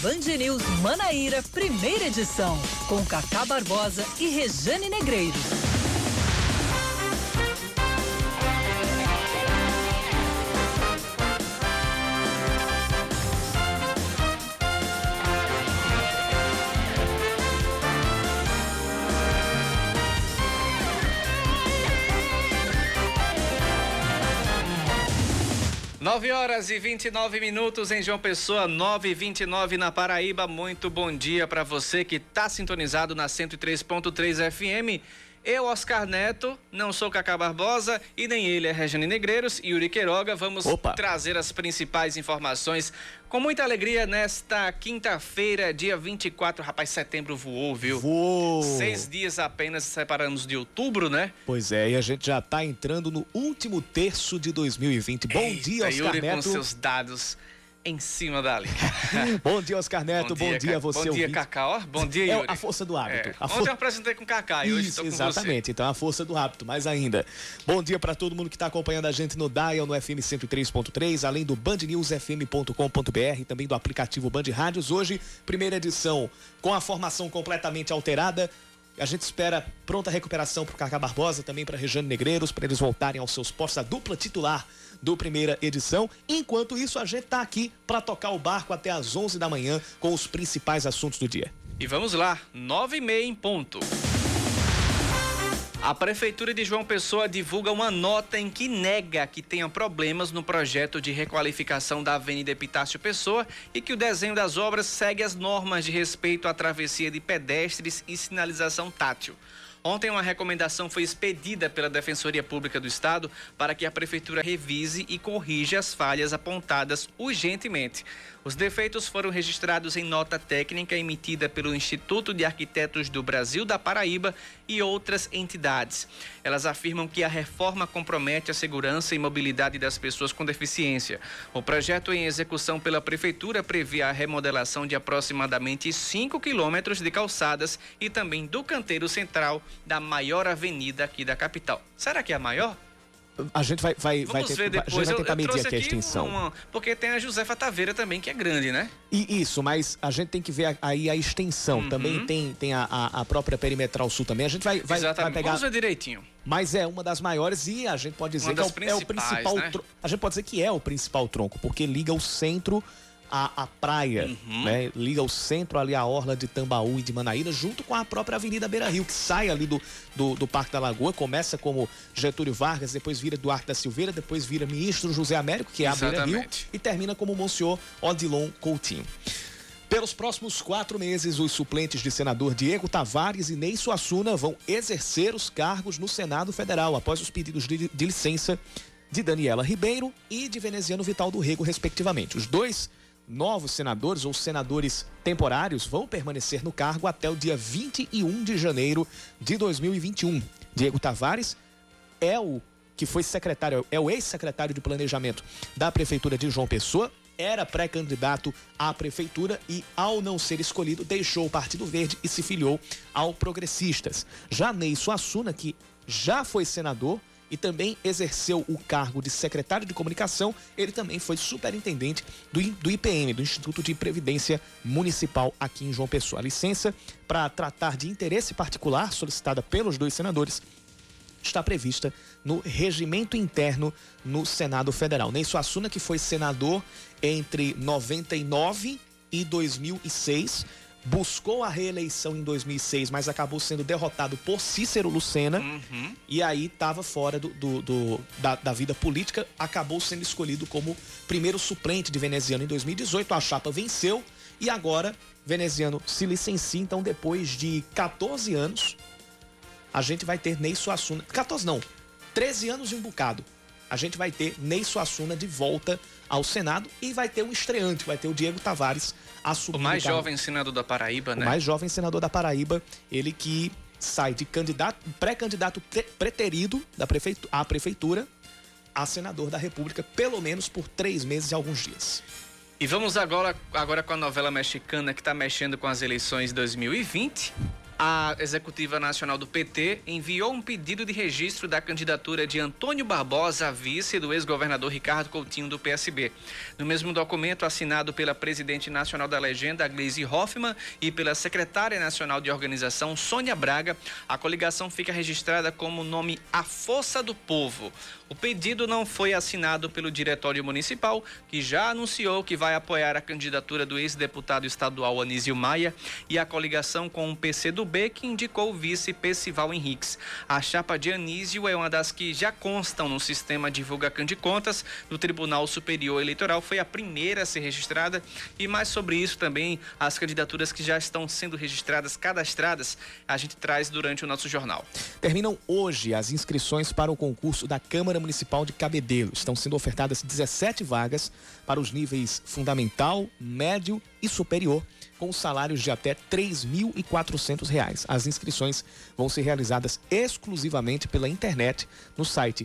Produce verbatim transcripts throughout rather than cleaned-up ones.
Band News Manaíra, primeira edição, com Cacá Barbosa e Rejane Negreiros. nove horas e vinte e nove minutos em João Pessoa, nove e vinte e nove na Paraíba. Muito bom dia para você que está sintonizado na cento e três ponto três F M. Eu, Oscar Neto, não sou Cacá Barbosa e nem ele é Rejane Negreiros e Yuri Queiroga. Vamos Opa. trazer as principais informações com muita alegria nesta quinta-feira, dia vinte e quatro. Rapaz, setembro voou, viu? Voou! Seis dias apenas separamos de outubro, né? Pois é, e a gente já está entrando no último terço de dois mil e vinte. Bom Eita, dia, Oscar Yuri, Neto. com seus dados em cima da linha. Bom dia, Oscar Neto. Bom dia, bom dia a você. Bom dia, ouvinte. Cacá. Ó. Bom dia, Yuri. É a força do hábito. É. A Ontem for... eu apresentei com o Cacá e hoje estou com exatamente, você. Então a força do hábito, mais ainda. Bom dia para todo mundo que está acompanhando a gente no Dial, no F M cento e três ponto três, além do band news f m ponto com ponto b r, também do aplicativo Band Rádios. Hoje, primeira edição com a formação completamente alterada. A gente espera pronta recuperação para o Cacá Barbosa, também para Rejane Negreiros, para eles voltarem aos seus postos, a dupla titular do primeira edição. Enquanto isso, a gente está aqui para tocar o barco até às onze da manhã com os principais assuntos do dia. E vamos lá, nove e meia em ponto. A Prefeitura de João Pessoa divulga uma nota em que nega que tenha problemas no projeto de requalificação da Avenida Epitácio Pessoa e que o desenho das obras segue as normas de respeito à travessia de pedestres e sinalização tátil. Ontem, uma recomendação foi expedida pela Defensoria Pública do Estado para que a Prefeitura revise e corrija as falhas apontadas urgentemente. Os defeitos foram registrados em nota técnica emitida pelo Instituto de Arquitetos do Brasil da Paraíba e outras entidades. Elas afirmam que a reforma compromete a segurança e mobilidade das pessoas com deficiência. O projeto em execução pela Prefeitura prevê a remodelação de aproximadamente cinco quilômetros de calçadas e também do canteiro central da maior avenida aqui da capital. Será que é a maior? A gente vai, vai, Vamos vai, ver ter, depois. vai Eu, tentar eu medir trouxe aqui a aqui extensão. Uma, porque tem a Josefa Taveira também, que é grande, né? E isso, mas a gente tem que ver aí a extensão. Uhum. Também tem, tem a, a, a própria Perimetral Sul também. A gente vai, vai, vai pegar... Vamos ver direitinho. Mas é uma das maiores e a gente pode dizer uma que é o, é o principal... Né? Tro... A gente pode dizer que é o principal tronco, porque liga o centro à, à praia, uhum. né? Liga o centro ali à orla de Tambaú e de Manaíra, junto com a própria Avenida Beira Rio, que sai ali do, do, do Parque da Lagoa, começa como Getúlio Vargas, depois vira Duarte da Silveira, depois vira Ministro José Américo, que é a Beira Rio, e termina como Monsenhor Odilon Coutinho. Pelos próximos quatro meses, os suplentes de senador Diego Tavares e Ney Suassuna vão exercer os cargos no Senado Federal, após os pedidos de, de licença de Daniela Ribeiro e de Veneziano Vital do Rego, respectivamente. Os dois novos senadores ou senadores temporários vão permanecer no cargo até o dia vinte e um de janeiro de dois mil e vinte e um. Diego Tavares é o que foi secretário, é o ex-secretário de Planejamento da Prefeitura de João Pessoa, era pré-candidato à prefeitura e, ao não ser escolhido, deixou o Partido Verde e se filiou ao Progressistas. Já Ney Suassuna, que já foi senador e também exerceu o cargo de secretário de comunicação, ele também foi superintendente do, do I P M, do Instituto de Previdência Municipal aqui em João Pessoa. A licença para tratar de interesse particular solicitada pelos dois senadores está prevista no regimento interno no Senado Federal. Ney Suassuna, que foi senador entre noventa e nove e dois mil e seis, buscou a reeleição em dois mil e seis, mas acabou sendo derrotado por Cícero Lucena, uhum. e aí estava fora do, do, do, da, da vida política, acabou sendo escolhido como primeiro suplente de Veneziano em dois mil e dezoito, a chapa venceu e agora Veneziano se licencia. Então, depois de quatorze anos, a gente vai ter Ney Suassuna, quatorze não, treze anos e um bocado, a gente vai ter Ney Suassuna de volta ao Senado e vai ter um estreante, vai ter o Diego Tavares assumir. O mais jovem senador da Paraíba, né? O mais jovem senador da Paraíba, ele que sai de candidato, pré-candidato preterido da prefeitura, à prefeitura a senador da República, pelo menos por três meses e alguns dias. E vamos agora, agora com a novela mexicana que está mexendo com as eleições de dois mil e vinte. A Executiva Nacional do P T enviou um pedido de registro da candidatura de Antônio Barbosa a vice do ex-governador Ricardo Coutinho do P S B. No mesmo documento assinado pela presidente nacional da legenda, Gleisi Hoffmann, e pela secretária nacional de organização, Sônia Braga, a coligação fica registrada como nome A Força do Povo. O pedido não foi assinado pelo Diretório Municipal, que já anunciou que vai apoiar a candidatura do ex-deputado estadual Anísio Maia, e a coligação com o P C do B, que indicou o vice Percival Henriques. A chapa de Anísio é uma das que já constam no sistema Divulga de Contas do Tribunal Superior Eleitoral, foi a primeira a ser registrada, e mais sobre isso também, as candidaturas que já estão sendo registradas, cadastradas, a gente traz durante o nosso jornal. Terminam hoje as inscrições para o concurso da Câmara Municipal de Cabedelo. Estão sendo ofertadas dezessete vagas para os níveis fundamental, médio e superior, com salários de até três mil e quatrocentos reais. As inscrições vão ser realizadas exclusivamente pela internet no site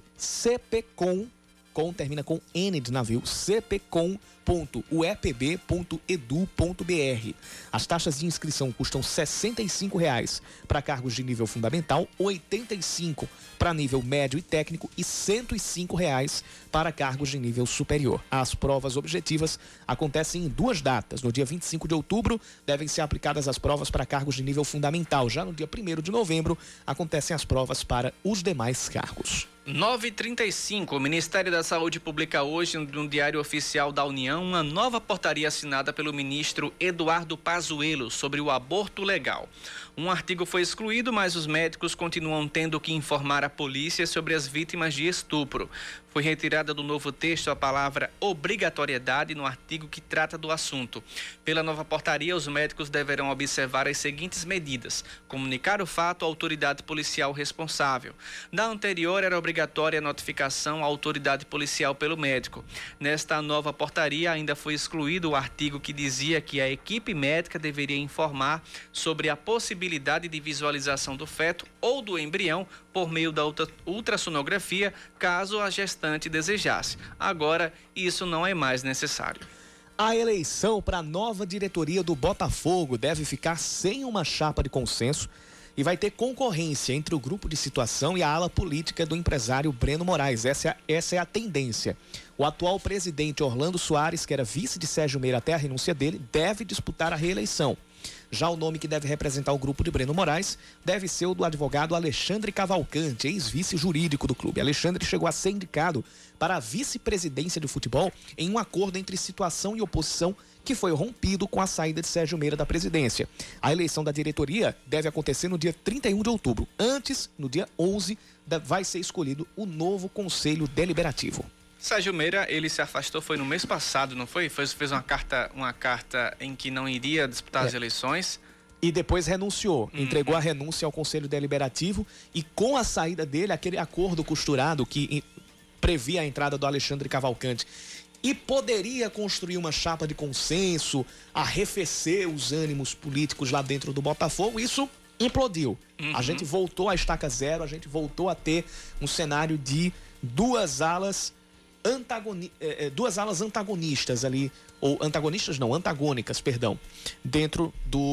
cpcom, com termina com N de navio, cpcom ponto u e p b ponto e d u ponto b r. As taxas de inscrição custam sessenta e cinco reais para cargos de nível fundamental, oitenta e cinco reais para nível médio e técnico e cento e cinco reais para cargos de nível superior. As provas objetivas acontecem em duas datas. No dia vinte e cinco de outubro, devem ser aplicadas as provas para cargos de nível fundamental. Já no dia primeiro de novembro, acontecem as provas para os demais cargos. nove e trinta e cinco, o Ministério da Saúde publica hoje no Diário Oficial da União uma nova portaria assinada pelo ministro Eduardo Pazuello sobre o aborto legal. Um artigo foi excluído, mas os médicos continuam tendo que informar a polícia sobre as vítimas de estupro. Foi retirada do novo texto a palavra obrigatoriedade no artigo que trata do assunto. Pela nova portaria, os médicos deverão observar as seguintes medidas: comunicar o fato à autoridade policial responsável. Na anterior, era obrigatória a notificação à autoridade policial pelo médico. Nesta nova portaria, ainda foi excluído o artigo que dizia que a equipe médica deveria informar sobre a possibilidade de visualização do feto ou do embrião por meio da ultrassonografia, caso a gestante desejasse. Agora, isso não é mais necessário. A eleição para a nova diretoria do Botafogo deve ficar sem uma chapa de consenso e vai ter concorrência entre o grupo de situação e a ala política do empresário Breno Moraes. Essa é, essa é a tendência. O atual presidente Orlando Soares, que era vice de Sérgio Meira até a renúncia dele, deve disputar a reeleição. Já o nome que deve representar o grupo de Breno Moraes deve ser o do advogado Alexandre Cavalcante, ex-vice jurídico do clube. Alexandre chegou a ser indicado para a vice-presidência de futebol em um acordo entre situação e oposição que foi rompido com a saída de Sérgio Meira da presidência. A eleição da diretoria deve acontecer no dia trinta e um de outubro. Antes, no dia onze, vai ser escolhido o novo Conselho Deliberativo. Sérgio Meira, ele se afastou, foi no mês passado, não foi? Fez, fez uma carta, uma carta em que não iria disputar é. as eleições. E depois renunciou, uhum. entregou a renúncia ao Conselho Deliberativo, e com a saída dele, aquele acordo costurado que previa a entrada do Alexandre Cavalcante e poderia construir uma chapa de consenso, arrefecer os ânimos políticos lá dentro do Botafogo, isso implodiu. Uhum. A gente voltou à estaca zero, a gente voltou a ter um cenário de duas alas Antagoni- eh, duas alas antagonistas ali, ou antagonistas não, antagônicas, perdão, dentro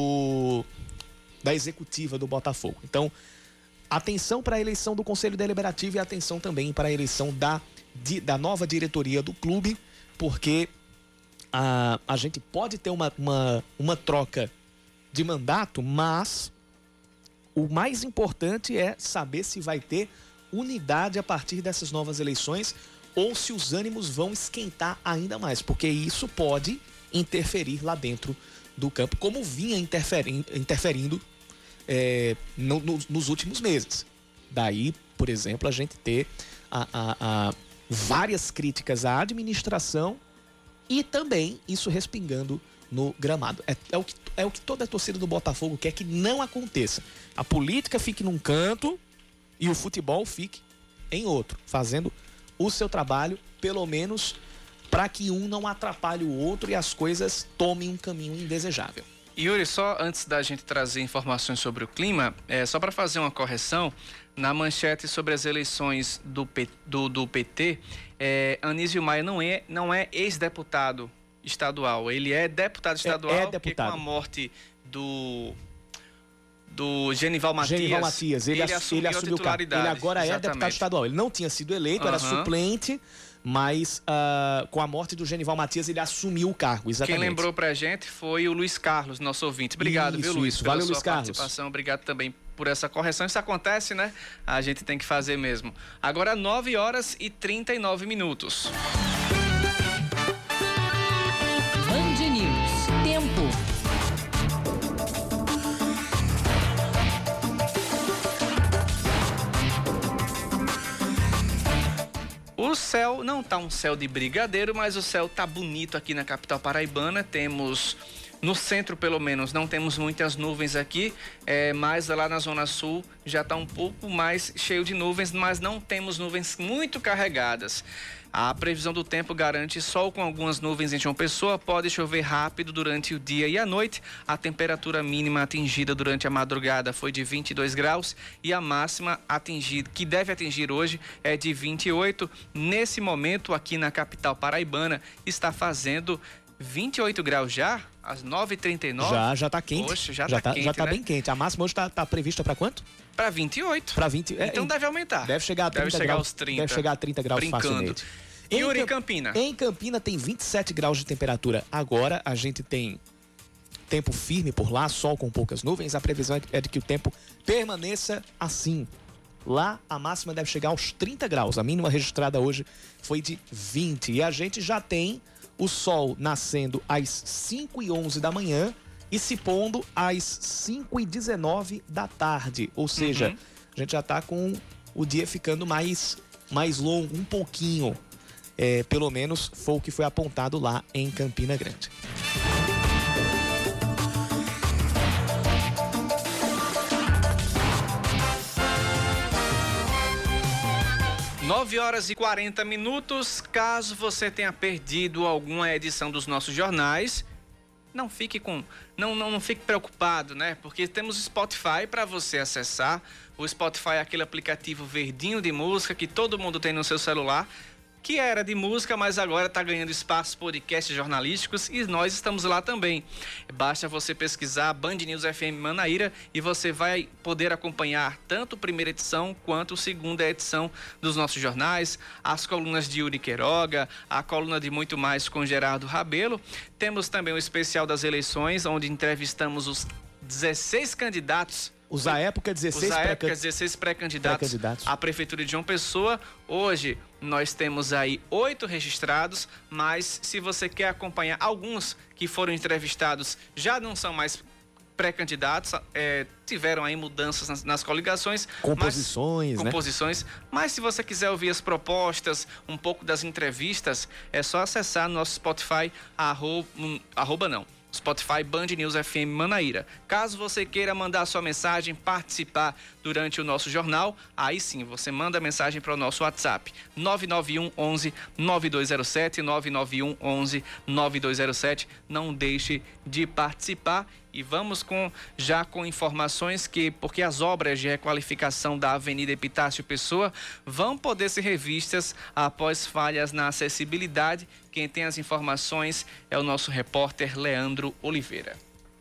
do da executiva do Botafogo. Então, atenção para a eleição do Conselho Deliberativo e atenção também para a eleição da, de, da nova diretoria do clube, porque a, a gente pode ter uma, uma, uma troca de mandato, mas o mais importante é saber se vai ter unidade a partir dessas novas eleições, ou se os ânimos vão esquentar ainda mais, porque isso pode interferir lá dentro do campo, como vinha interferindo, interferindo é, no, no, nos últimos meses. Daí, por exemplo, a gente ter a, a, a várias críticas à administração e também isso respingando no gramado. É, é, o que, é o que toda a torcida do Botafogo quer que não aconteça. A política fique num canto e o futebol fique em outro, fazendo o seu trabalho, pelo menos para que um não atrapalhe o outro e as coisas tomem um caminho indesejável. Yuri, só antes da gente trazer informações sobre o clima, é, só para fazer uma correção, na manchete sobre as eleições do, P, do, do P T, é, Anísio Maia não é, não é ex-deputado estadual, ele é deputado estadual, é, é porque deputado. com a morte do... do Genival Matias. Genival Matias, ele, ele assumiu, ele assumiu a titularidade. Ele agora Exatamente. é deputado estadual. Ele não tinha sido eleito, uhum. era suplente, mas uh, com a morte do Genival Matias, ele assumiu o cargo, exatamente. Quem lembrou pra gente foi o Luiz Carlos, nosso ouvinte. Obrigado, isso, viu, Luiz, isso. pela Valeu, sua Luiz Carlos. participação. Obrigado também por essa correção. Isso acontece, né? A gente tem que fazer mesmo. Agora, nove horas e trinta e nove minutos. Band News. Tempo. O céu não tá um céu de brigadeiro, mas o céu tá bonito aqui na capital paraibana. Temos, no centro pelo menos, não temos muitas nuvens aqui, é, mas lá na zona sul já tá um pouco mais cheio de nuvens, mas não temos nuvens muito carregadas. A previsão do tempo garante sol com algumas nuvens em João Pessoa, pode chover rápido durante o dia e a noite. A temperatura mínima atingida durante a madrugada foi de vinte e dois graus e a máxima atingida, que deve atingir hoje, é de vinte e oito. Nesse momento, aqui na capital paraibana, está fazendo vinte e oito graus já, às nove e trinta e nove. Já, já tá quente. Poxa, já, já tá, tá quente, Já tá né? bem quente. A máxima hoje tá, tá prevista para quanto? Para vinte e oito. Para vinte. É, então deve aumentar. Deve chegar a trinta deve chegar graus. aos trinta. Deve chegar a trinta graus brincando. facilmente. Yuri, em em Campina. Em Campina tem vinte e sete graus de temperatura. Agora a gente tem tempo firme por lá, sol com poucas nuvens. A previsão é de que o tempo permaneça assim. Lá a máxima deve chegar aos trinta graus. A mínima registrada hoje foi de vinte. E a gente já tem o sol nascendo às cinco e onze da manhã e se pondo às cinco e dezenove da tarde. Ou seja, uhum. a gente já está com o dia ficando mais, mais longo, um pouquinho. É, pelo menos foi o que foi apontado lá em Campina Grande. nove horas e quarenta minutos. Caso você tenha perdido alguma edição dos nossos jornais, não fique com, não, não, não fique preocupado, né? Porque temos o Spotify para você acessar. O Spotify é aquele aplicativo verdinho de música que todo mundo tem no seu celular, que era de música, mas agora está ganhando espaço podcasts jornalísticos e nós estamos lá também. Basta você pesquisar Band News F M Manaíra e você vai poder acompanhar tanto a primeira edição quanto a segunda edição dos nossos jornais, as colunas de Yuri Queiroga, a coluna de Muito Mais com Gerardo Rabelo. Temos também o especial das eleições, onde entrevistamos os dezesseis candidatos. Os à época dezesseis, Os à época dezesseis pré-candidatos pré à Prefeitura de João Pessoa. Hoje nós temos aí oito registrados, mas se você quer acompanhar alguns que foram entrevistados, já não são mais pré-candidatos, é, tiveram aí mudanças nas, nas coligações. Composições, mas, né? Composições. Mas se você quiser ouvir as propostas, um pouco das entrevistas, é só acessar nosso Spotify, arroba, arroba não. Spotify Band News F M Manaíra. Caso você queira mandar sua mensagem, participar durante o nosso jornal, aí sim, você manda mensagem para o nosso WhatsApp nove nove um onze nove dois zero sete, nove nove um onze nove dois zero sete. Não deixe de participar. E vamos com, já com informações que, porque as obras de requalificação da Avenida Epitácio Pessoa vão poder ser revistas após falhas na acessibilidade. Quem tem as informações é o nosso repórter Leandro Oliveira.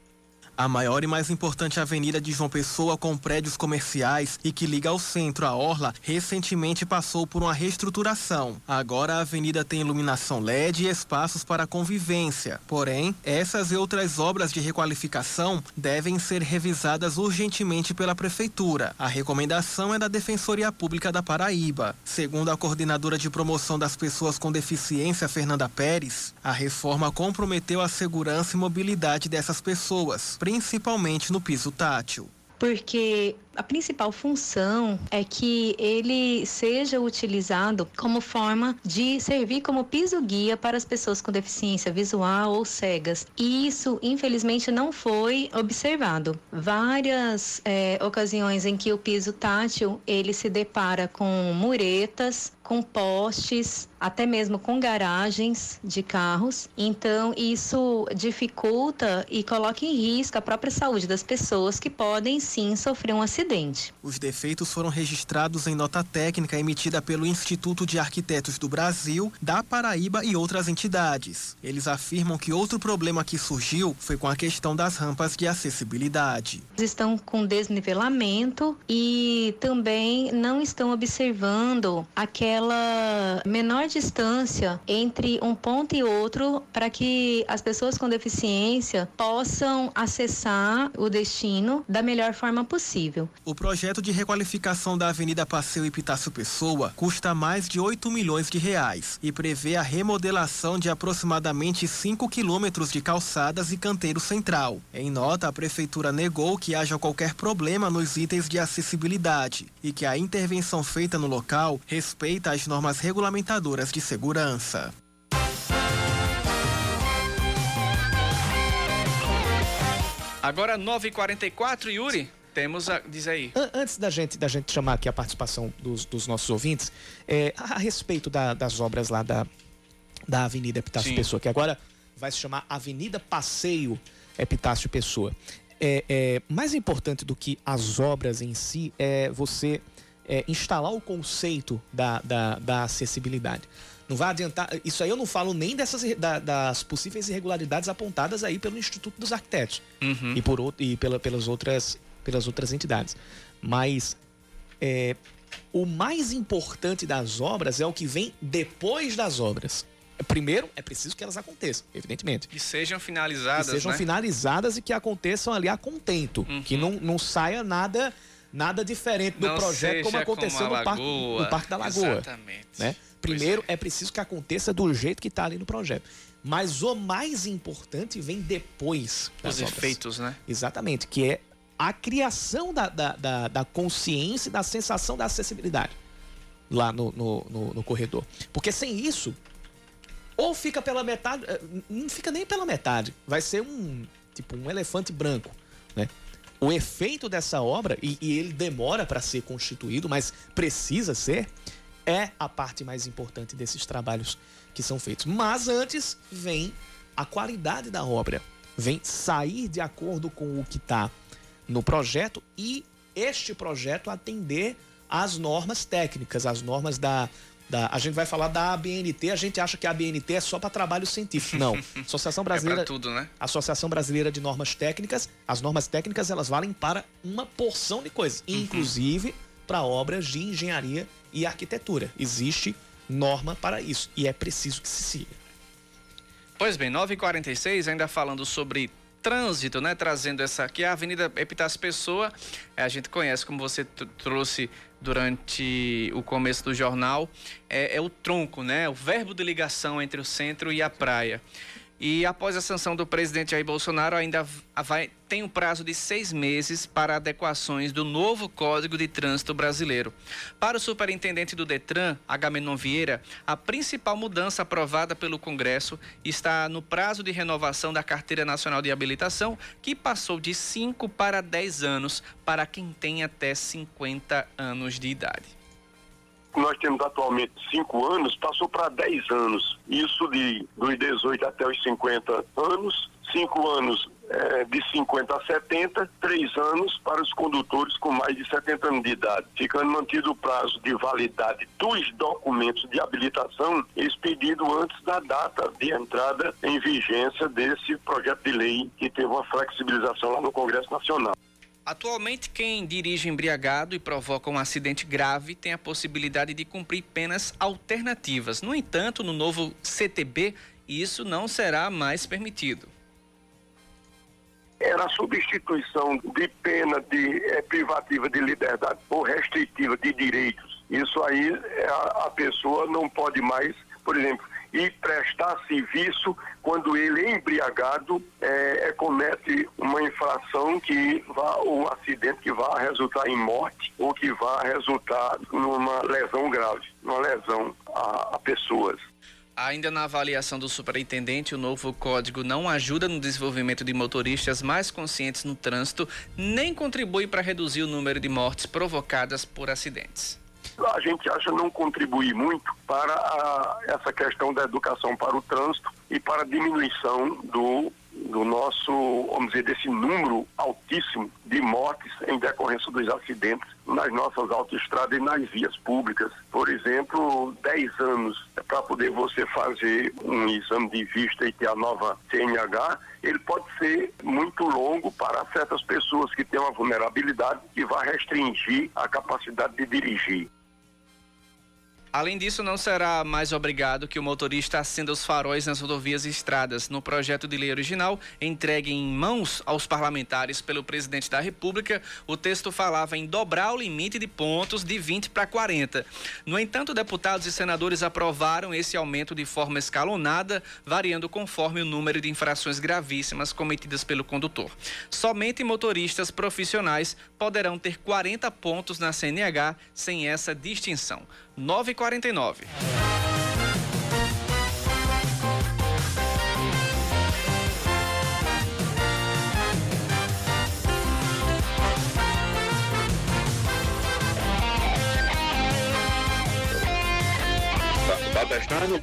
A maior e mais importante avenida de João Pessoa, com prédios comerciais e que liga ao centro, a Orla, recentemente passou por uma reestruturação. Agora a avenida tem iluminação L E D e espaços para convivência. Porém, essas e outras obras de requalificação devem ser revisadas urgentemente pela Prefeitura. A recomendação é da Defensoria Pública da Paraíba. Segundo a coordenadora de promoção das pessoas com deficiência, Fernanda Pérez, a reforma comprometeu a segurança e mobilidade dessas pessoas, principalmente no piso tátil. Porque a principal função é que ele seja utilizado como forma de servir como piso guia para as pessoas com deficiência visual ou cegas. E isso, infelizmente, não foi observado. Várias é, ocasiões em que o piso tátil ele se depara com muretas, com postes, até mesmo com garagens de carros. Então, isso dificulta e coloca em risco a própria saúde das pessoas que podem sim sofrer um acidente acidente. Os defeitos foram registrados em nota técnica emitida pelo Instituto de Arquitetos do Brasil, da Paraíba e outras entidades. Eles afirmam que outro problema que surgiu foi com a questão das rampas de acessibilidade. Estão com desnivelamento e também não estão observando aquela menor distância entre um ponto e outro para que as pessoas com deficiência possam acessar o destino da melhor forma possível. O projeto de requalificação da Avenida Passeio Epitácio Pessoa custa mais de oito milhões de reais e prevê a remodelação de aproximadamente cinco quilômetros de calçadas e canteiro central. Em nota, a Prefeitura negou que haja qualquer problema nos itens de acessibilidade e que a intervenção feita no local respeita as normas regulamentadoras de segurança. Agora nove e quarenta e quatro, Yuri, temos a... Diz aí. Antes da gente, da gente chamar aqui a participação dos, dos nossos ouvintes, é, a, a respeito da, das obras lá da, da Avenida Epitácio Sim. Pessoa, que agora vai se chamar Avenida Passeio Epitácio Pessoa. É, é, mais importante do que as obras em si é você é, instalar o conceito da, da, da acessibilidade. Não vai adiantar, isso aí eu não falo nem dessas da, das possíveis irregularidades apontadas aí pelo Instituto dos Arquitetos uhum. e, por, e pela, pelas, outras, pelas outras entidades. Mas é, o mais importante das obras é o que vem depois das obras. Primeiro, é preciso que elas aconteçam, evidentemente. Que sejam finalizadas, Que sejam né? finalizadas e que aconteçam ali a contento. Uhum. Que não, não saia nada, nada diferente do não projeto como aconteceu como no, parque, no Parque da Lagoa. Exatamente. Né? Primeiro, é. é preciso que aconteça do jeito que está ali no projeto. Mas o mais importante vem depois das Os obras. efeitos, né? Exatamente, que é a criação da, da, da, da consciência e da sensação da acessibilidade lá no, no, no, no corredor. Porque sem isso, ou fica pela metade, não fica nem pela metade, vai ser um, tipo, um elefante branco, né? O efeito dessa obra, e, e ele demora para ser constituído, mas precisa ser, é a parte mais importante desses trabalhos que são feitos. Mas antes vem a qualidade da obra, vem sair de acordo com o que está no projeto e este projeto atender às normas técnicas, às normas da, da... A gente vai falar da A B N T, a gente acha que a A B N T é só para trabalho científico. Não. Associação Brasileira, é para tudo, né? Associação Brasileira de Normas Técnicas, as normas técnicas elas valem para uma porção de coisas, uhum. inclusive para obras de engenharia e arquitetura. Existe norma para isso e é preciso que se siga. Pois bem, nove e quarenta e seis, ainda falando sobre trânsito, né? Trazendo essa aqui, a Avenida Epitácio Pessoa, a gente conhece, como você trouxe durante o começo do jornal, é, é o tronco, né? O verbo de ligação entre o centro e a praia. E após a sanção do presidente Jair Bolsonaro, ainda vai, tem um prazo de seis meses para adequações do novo Código de Trânsito Brasileiro. Para o superintendente do Detran, Agamenon Vieira, a principal mudança aprovada pelo Congresso está no prazo de renovação da Carteira Nacional de Habilitação, que passou de cinco para dez anos para quem tem até cinquenta anos de idade. Nós temos atualmente cinco anos, passou para dez anos. Isso de dos dezoito até os cinquenta anos, cinco anos é, de cinquenta a setenta, três anos para os condutores com mais de setenta anos de idade. Ficando mantido o prazo de validade dos documentos de habilitação expedido antes da data de entrada em vigência desse projeto de lei que teve uma flexibilização lá no Congresso Nacional. Atualmente, quem dirige embriagado e provoca um acidente grave tem a possibilidade de cumprir penas alternativas. No entanto, no novo C T B, isso não será mais permitido. Era a substituição de pena de, é, privativa de liberdade ou restritiva de direitos. Isso aí, a, a pessoa não pode mais, por exemplo, e prestar serviço quando ele é embriagado, é, é, comete uma infração que vá, ou um acidente que vá resultar em morte ou que vá resultar numa lesão grave, numa lesão a, a pessoas. Ainda na avaliação do superintendente, o novo código não ajuda no desenvolvimento de motoristas mais conscientes no trânsito, nem contribui para reduzir o número de mortes provocadas por acidentes. A gente acha não contribuir muito para a, essa questão da educação para o trânsito e para a diminuição do, do nosso, vamos dizer, desse número altíssimo de mortes em decorrência dos acidentes nas nossas autoestradas e nas vias públicas. Por exemplo, dez anos para poder você fazer um exame de vista e ter a nova C N H, ele pode ser muito longo para certas pessoas que têm uma vulnerabilidade que vai restringir a capacidade de dirigir. Além disso, não será mais obrigado que o motorista acenda os faróis nas rodovias e estradas. No projeto de lei original, entregue em mãos aos parlamentares pelo presidente da República, o texto falava em dobrar o limite de pontos de vinte para quarenta. No entanto, deputados e senadores aprovaram esse aumento de forma escalonada, variando conforme o número de infrações gravíssimas cometidas pelo condutor. Somente motoristas profissionais poderão ter quarenta pontos na C N H sem essa distinção. nove e quarenta e nove. Tá, tá testando?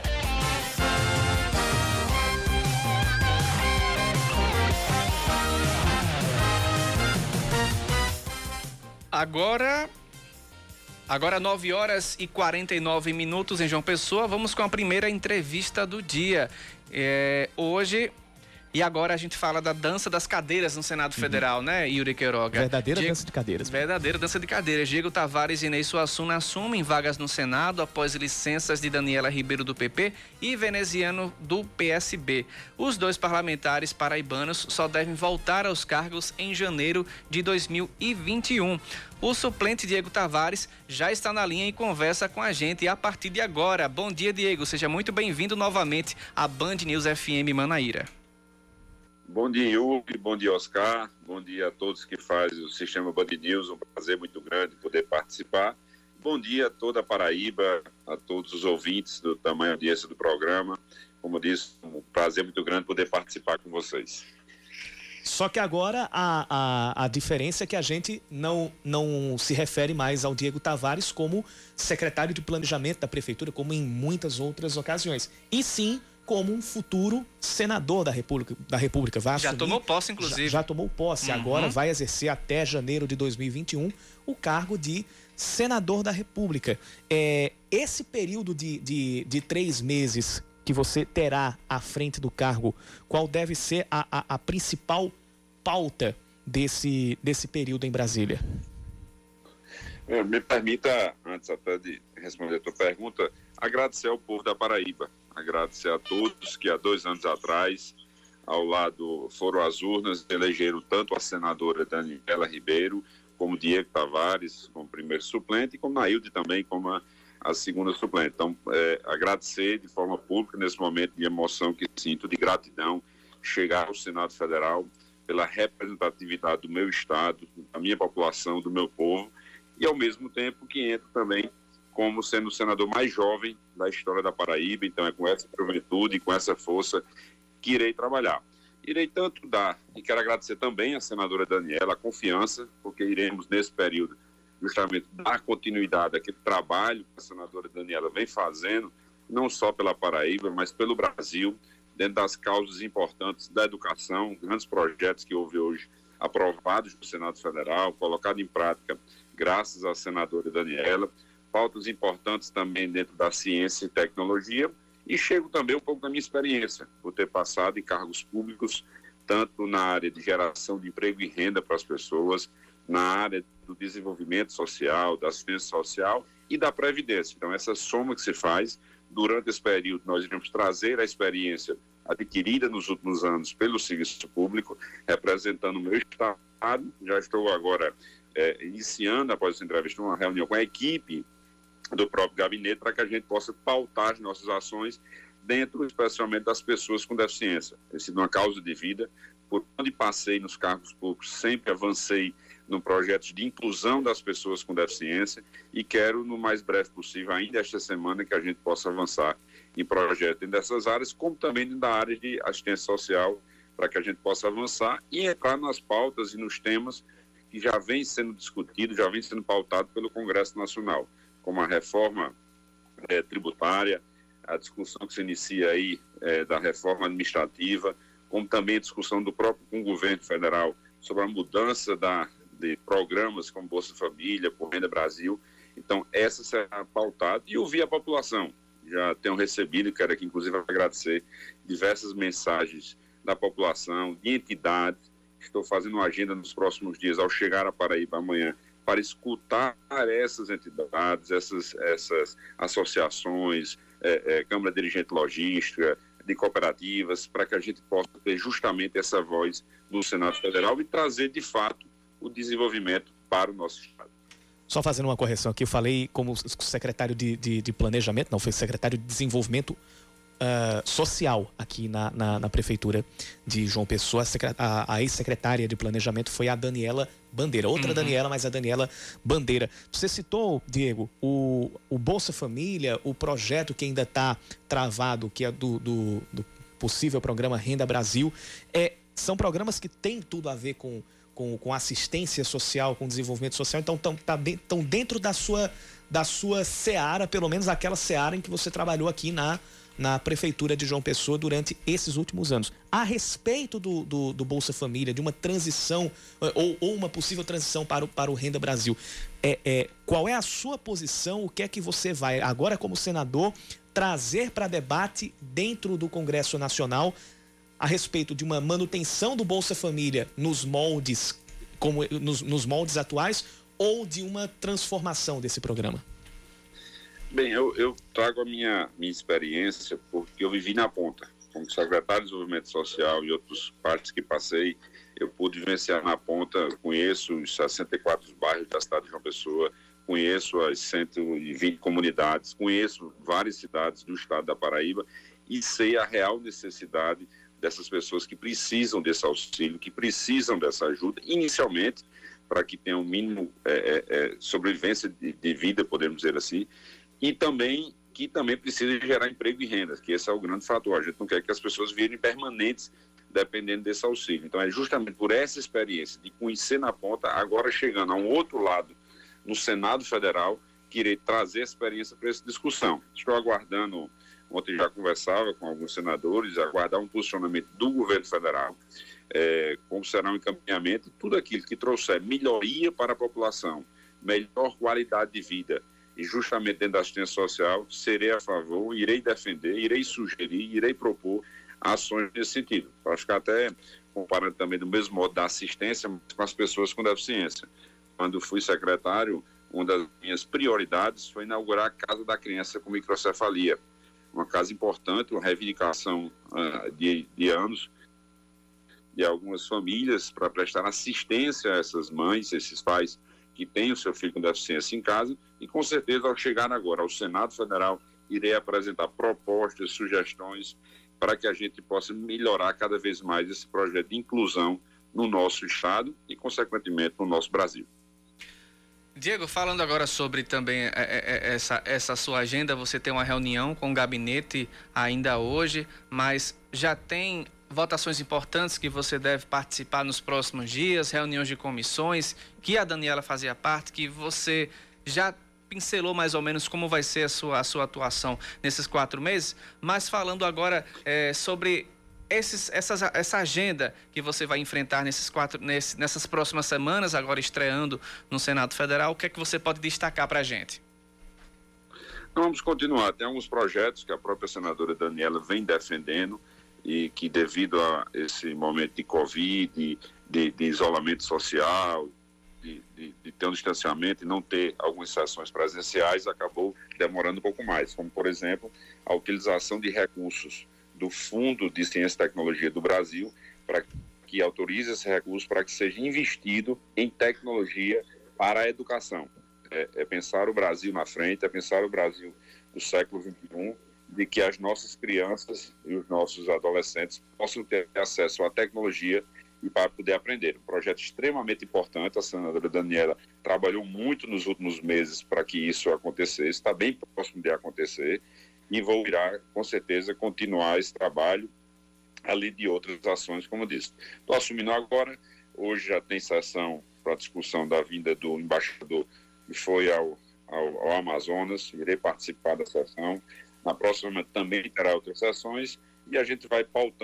Agora... Agora nove horas e quarenta e nove minutos em João Pessoa, vamos com a primeira entrevista do dia. É, hoje, e agora a gente fala da dança das cadeiras no Senado uhum. Federal, né, Yuri Queiroga? Verdadeira Diego, dança de cadeiras. Verdadeira dança de cadeiras. Diego Tavares e Inês Suassuna assumem vagas no Senado após licenças de Daniela Ribeiro do P P e Veneziano do P S B. Os dois parlamentares paraibanos só devem voltar aos cargos em janeiro de dois mil e vinte e um. O suplente Diego Tavares já está na linha e conversa com a gente a partir de agora. Bom dia, Diego. Seja muito bem-vindo novamente à Band News F M Manaíra. Bom dia, Yuri. Bom dia, Oscar. Bom dia a todos que fazem o sistema Band News. Um prazer muito grande poder participar. Bom dia a toda a Paraíba, a todos os ouvintes do tamanho audiência do programa. Como eu disse, um prazer muito grande poder participar com vocês. Só que agora a, a, a diferença é que a gente não, não se refere mais ao Diego Tavares como secretário de planejamento da prefeitura, como em muitas outras ocasiões, e sim como um futuro senador da República. Da República. Vai já assumir, tomou posse, inclusive. Já, já tomou posse, uhum. Agora vai exercer até janeiro de dois mil e vinte e um o cargo de senador da República. É, esse período de, de, de três meses que você terá à frente do cargo, qual deve ser a, a, a principal pauta desse, desse período em Brasília? É, me permita, antes até de responder a tua pergunta, agradecer ao povo da Paraíba, agradecer a todos que há dois anos atrás, ao lado, foram às urnas, elegeram tanto a senadora Daniela Ribeiro, como Diego Tavares, como primeiro suplente, e como Nailde também, como a a segunda suplente. Então, é, agradecer de forma pública nesse momento de emoção que sinto, de gratidão, chegar ao Senado Federal pela representatividade do meu estado, da minha população, do meu povo, e ao mesmo tempo que entro também como sendo o senador mais jovem da história da Paraíba. Então é com essa juventude e com essa força que irei trabalhar. Irei tanto dar, e quero agradecer também à senadora Daniela, a confiança, porque iremos nesse período justamente dar continuidade àquele trabalho que a senadora Daniela vem fazendo, não só pela Paraíba, mas pelo Brasil, dentro das causas importantes da educação, grandes projetos que houve hoje aprovados no Senado Federal, colocados em prática graças à senadora Daniela, pautas importantes também dentro da ciência e tecnologia, e chego também um pouco da minha experiência, por ter passado em cargos públicos, tanto na área de geração de emprego e renda para as pessoas, na área do desenvolvimento social, da assistência social e da previdência. Então, essa soma que se faz, durante esse período, nós iremos trazer a experiência adquirida nos últimos anos pelo serviço público, representando o meu estado. Já estou agora é, iniciando, após essa entrevista, uma reunião com a equipe do próprio gabinete para que a gente possa pautar as nossas ações dentro, especialmente, das pessoas com deficiência. Tem sido uma causa de vida. Por onde passei nos cargos públicos, sempre avancei no projeto de inclusão das pessoas com deficiência e quero, no mais breve possível, ainda esta semana, que a gente possa avançar em projetos dessas áreas, como também da área de assistência social, para que a gente possa avançar e entrar nas pautas e nos temas que já vem sendo discutido, já vem sendo pautado pelo Congresso Nacional, como a reforma é, tributária, a discussão que se inicia aí é, da reforma administrativa, como também a discussão do próprio com o governo federal sobre a mudança da, de programas como Bolsa Família, por Renda Brasil. Então, essa será pautada e ouvir a população. Já tenho recebido, quero aqui inclusive agradecer, diversas mensagens da população, de entidades. Estou fazendo uma agenda nos próximos dias, ao chegar a Paraíba amanhã, para escutar essas entidades, essas, essas associações, é, é, Câmara Dirigente Logística, de cooperativas, para que a gente possa ter justamente essa voz do Senado Federal e trazer, de fato, o desenvolvimento para o nosso Estado. Só fazendo uma correção aqui, eu falei como secretário de, de, de Planejamento, não, foi secretário de Desenvolvimento uh, Social aqui na, na, na Prefeitura de João Pessoa. A, a, a ex-secretária de Planejamento foi a Daniela Bandeira, outra uhum. Daniela, mas a Daniela Bandeira. Você citou, Diego, o, o Bolsa Família, o projeto que ainda está travado, que é do, do, do possível programa Renda Brasil. É, são programas que têm tudo a ver com Com, com assistência social, com desenvolvimento social, então estão tá dentro da sua, da sua seara, pelo menos aquela seara em que você trabalhou aqui na, na Prefeitura de João Pessoa durante esses últimos anos. A respeito do, do, do Bolsa Família, de uma transição, ou, ou uma possível transição para o, para o Renda Brasil, é, é, qual é a sua posição, o que é que você vai, agora como senador, trazer para debate dentro do Congresso Nacional a respeito de uma manutenção do Bolsa Família nos moldes, como, nos, nos moldes atuais, ou de uma transformação desse programa? Bem, eu, eu trago a minha, minha experiência, porque eu vivi na ponta. Como secretário de Desenvolvimento Social e outras partes que passei, eu pude vivenciar na ponta, conheço os sessenta e quatro bairros da cidade de João Pessoa, conheço as cento e vinte comunidades, conheço várias cidades do estado da Paraíba e sei a real necessidade dessas pessoas que precisam desse auxílio, que precisam dessa ajuda, inicialmente, para que tenham um mínimo é, é, sobrevivência de, de vida, podemos dizer assim, e também que também precisa gerar emprego e renda, que esse é o grande fator. A gente não quer que as pessoas virem permanentes dependendo desse auxílio. Então, é justamente por essa experiência de conhecer na ponta, agora chegando a um outro lado, no Senado Federal, que irei trazer a experiência para essa discussão. Estou aguardando. Ontem já conversava com alguns senadores, aguardar um posicionamento do governo federal, é, como será um encaminhamento, tudo aquilo que trouxer melhoria para a população, melhor qualidade de vida, e justamente dentro da assistência social, serei a favor, irei defender, irei sugerir, irei propor ações nesse sentido. Para ficar até comparando também do mesmo modo da assistência, mas com as pessoas com deficiência. Quando fui secretário, uma das minhas prioridades foi inaugurar a Casa da Criança com Microcefalia. Uma casa importante, uma reivindicação uh, de, de anos de algumas famílias para prestar assistência a essas mães, esses pais que têm o seu filho com deficiência em casa, e com certeza ao chegar agora ao Senado Federal irei apresentar propostas, sugestões para que a gente possa melhorar cada vez mais esse projeto de inclusão no nosso estado e consequentemente no nosso Brasil. Diego, falando agora sobre também essa, essa sua agenda, você tem uma reunião com o gabinete ainda hoje, mas já tem votações importantes que você deve participar nos próximos dias, reuniões de comissões, que a Daniela fazia parte, que você já pincelou mais ou menos como vai ser a sua, a sua atuação nesses quatro meses, mas falando agora é, sobre Esses, essas, essa agenda que você vai enfrentar nesses quatro, nesse, nessas próximas semanas, agora estreando no Senado Federal, o que é que você pode destacar para a gente? Vamos continuar. Tem alguns projetos que a própria senadora Daniela vem defendendo e que, devido a esse momento de Covid, de, de, de isolamento social, de, de, de ter um distanciamento e não ter algumas sessões presenciais, acabou demorando um pouco mais, como, por exemplo, a utilização de recursos do Fundo de Ciência e Tecnologia do Brasil, para que autorize esse recurso para que seja investido em tecnologia para a educação. É, é pensar o Brasil na frente, é pensar o Brasil do século vinte e um, de que as nossas crianças e os nossos adolescentes possam ter acesso à tecnologia e para poder aprender. Um projeto extremamente importante, a senadora Daniela trabalhou muito nos últimos meses para que isso acontecesse, está bem próximo de acontecer, e vou irá, com certeza, continuar esse trabalho, além de outras ações, como disse. Estou assumindo agora, hoje já tem sessão para discussão da vinda do embaixador que foi ao, ao, ao Amazonas, irei participar da sessão. Na próxima também terá outras sessões e a gente vai pautando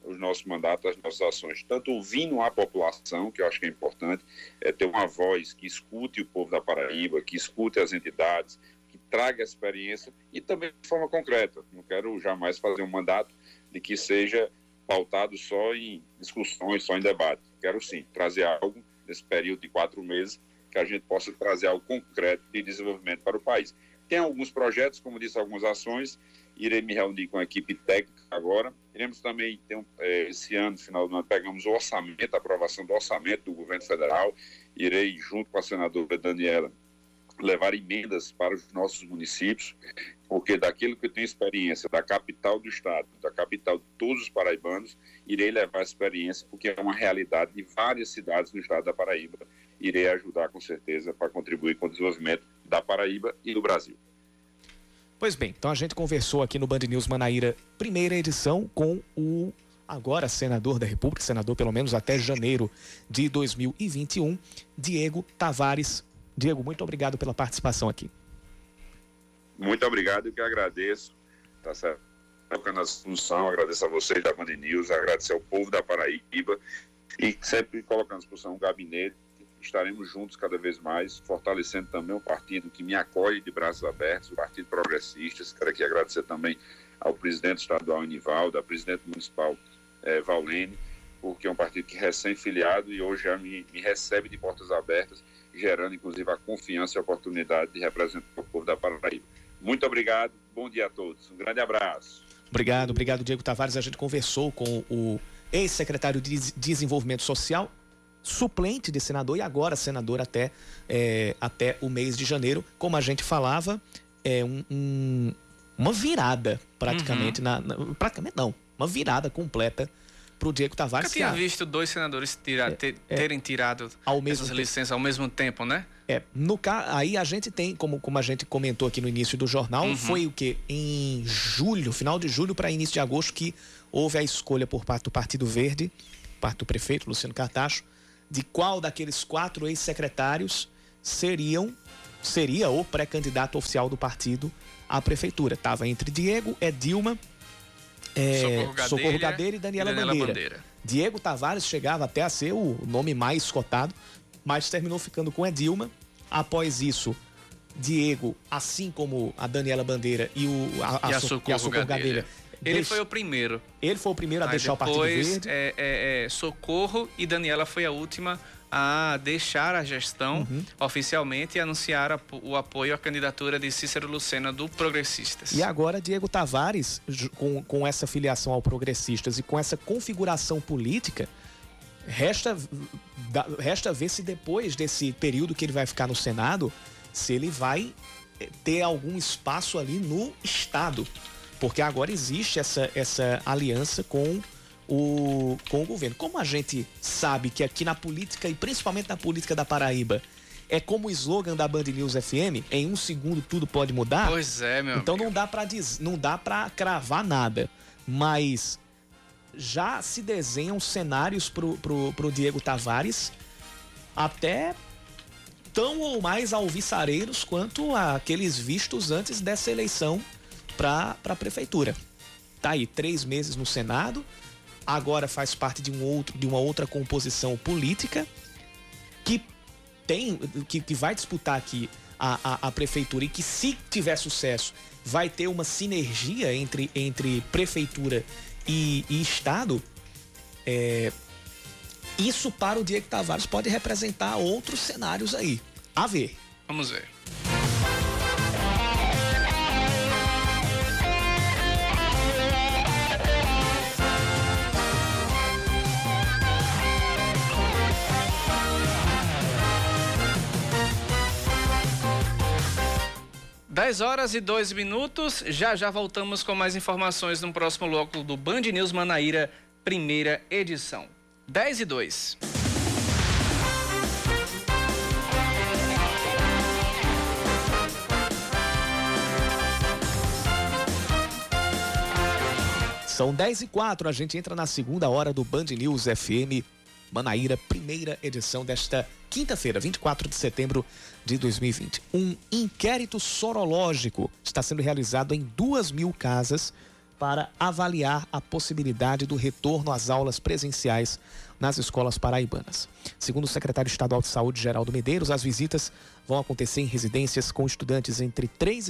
os nossos mandatos, as nossas ações, tanto ouvindo a população, que eu acho que é importante, é ter uma voz que escute o povo da Paraíba, que escute as entidades, que traga a experiência e também de forma concreta. Não quero jamais fazer um mandato de que seja pautado só em discussões, só em debate. Quero sim trazer algo nesse período de quatro meses que a gente possa trazer algo concreto de desenvolvimento para o país. Tem alguns projetos, como disse, algumas ações. Irei me reunir com a equipe técnica agora. Iremos também ter, um, eh, esse ano, final do ano, pegamos o orçamento, a aprovação do orçamento do governo federal. Irei, junto com a senadora Daniela, levar emendas para os nossos municípios, porque daquilo que eu tenho experiência da capital do estado, da capital de todos os paraibanos, irei levar a experiência, porque é uma realidade de várias cidades do estado da Paraíba. Irei ajudar, com certeza, para contribuir com o desenvolvimento da Paraíba e do Brasil. Pois bem, então a gente conversou aqui no Band News Manaíra, primeira edição, com o agora senador da República, senador pelo menos até janeiro de dois mil e vinte e um, Diego Tavares. Diego, muito obrigado pela participação aqui. Muito obrigado, eu que agradeço. Tá certo? Colocando a função, agradeço a vocês da Band News, agradecer ao povo da Paraíba e sempre colocando à disposição um gabinete. Estaremos juntos cada vez mais, fortalecendo também o partido que me acolhe de braços abertos, o Partido Progressistas. Quero aqui agradecer também ao presidente estadual Enivaldo, à presidente municipal eh, Valene, porque é um partido que é recém-filiado e hoje já me, me recebe de portas abertas, gerando inclusive a confiança e a oportunidade de representar o povo da Paraíba. Muito obrigado, bom dia a todos, um grande abraço. Obrigado, obrigado Diego Tavares. A gente conversou com o ex-secretário de Desenvolvimento Social, suplente de senador e agora senador até, é, até o mês de janeiro. Como a gente falava, é um, um, uma virada praticamente, uhum. na, na, praticamente não, uma virada completa para o Diego Tavares. Eu tinha visto dois senadores tira, ter, é, terem tirado ao mesmo essas tempo. licenças ao mesmo tempo, né? É, no, aí a gente tem, como, como a gente comentou aqui no início do jornal, uhum. foi o que? Em julho, final de julho para início de agosto, que houve a escolha por parte do Partido Verde, parte do prefeito Luciano Cartacho, de qual daqueles quatro ex-secretários seriam, seria o pré-candidato oficial do partido à prefeitura. Estava entre Diego, Edilma, é, Socorro, Gadelha, Socorro Gadelha e Daniela, Daniela Bandeira. Bandeira. Diego Tavares chegava até a ser o nome mais cotado, mas terminou ficando com Edilma. Após isso, Diego, assim como a Daniela Bandeira e, o, a, a, e a so, Socorro, e a Socorro Gadelha. Gadelha Ele foi o primeiro. Ele foi o primeiro a Aí deixar depois, o Partido Verde. É, é, é, Socorro e Daniela foi a última a deixar a gestão uhum. oficialmente e anunciar a, o apoio à candidatura de Cícero Lucena do Progressistas. E agora Diego Tavares, com, com essa filiação ao Progressistas e com essa configuração política, resta, resta ver se depois desse período que ele vai ficar no Senado, se ele vai ter algum espaço ali no Estado. Porque agora existe essa, essa aliança com o, com o governo. Como a gente sabe que aqui na política, e principalmente na política da Paraíba, é como o slogan da Band News F M, em um segundo tudo pode mudar. Pois é, meu Então amigo. não dá pra diz, não dá pra cravar nada. Mas já se desenham cenários pro, pro, pro Diego Tavares até tão ou mais alviçareiros quanto aqueles vistos antes dessa eleição para a prefeitura. Tá aí, três meses no Senado, agora faz parte de, um outro, de uma outra composição política que tem, que, que vai disputar aqui a, a, a prefeitura e que, se tiver sucesso, vai ter uma sinergia entre, entre prefeitura e, e Estado. É, isso para o Diego Tavares pode representar outros cenários aí. A ver. Vamos ver. dez horas e dois minutos, já já voltamos com mais informações no próximo bloco do Band News Manaíra, primeira edição. dez e dois. São dez e quatro, a gente entra na segunda hora do Band News F M Manaíra, primeira edição desta quinta-feira, vinte e quatro de setembro de dois mil e vinte. Um inquérito sorológico está sendo realizado em duas mil casas para avaliar a possibilidade do retorno às aulas presenciais nas escolas paraibanas. Segundo o secretário estadual de Saúde, Geraldo Medeiros, as visitas vão acontecer em residências com estudantes entre três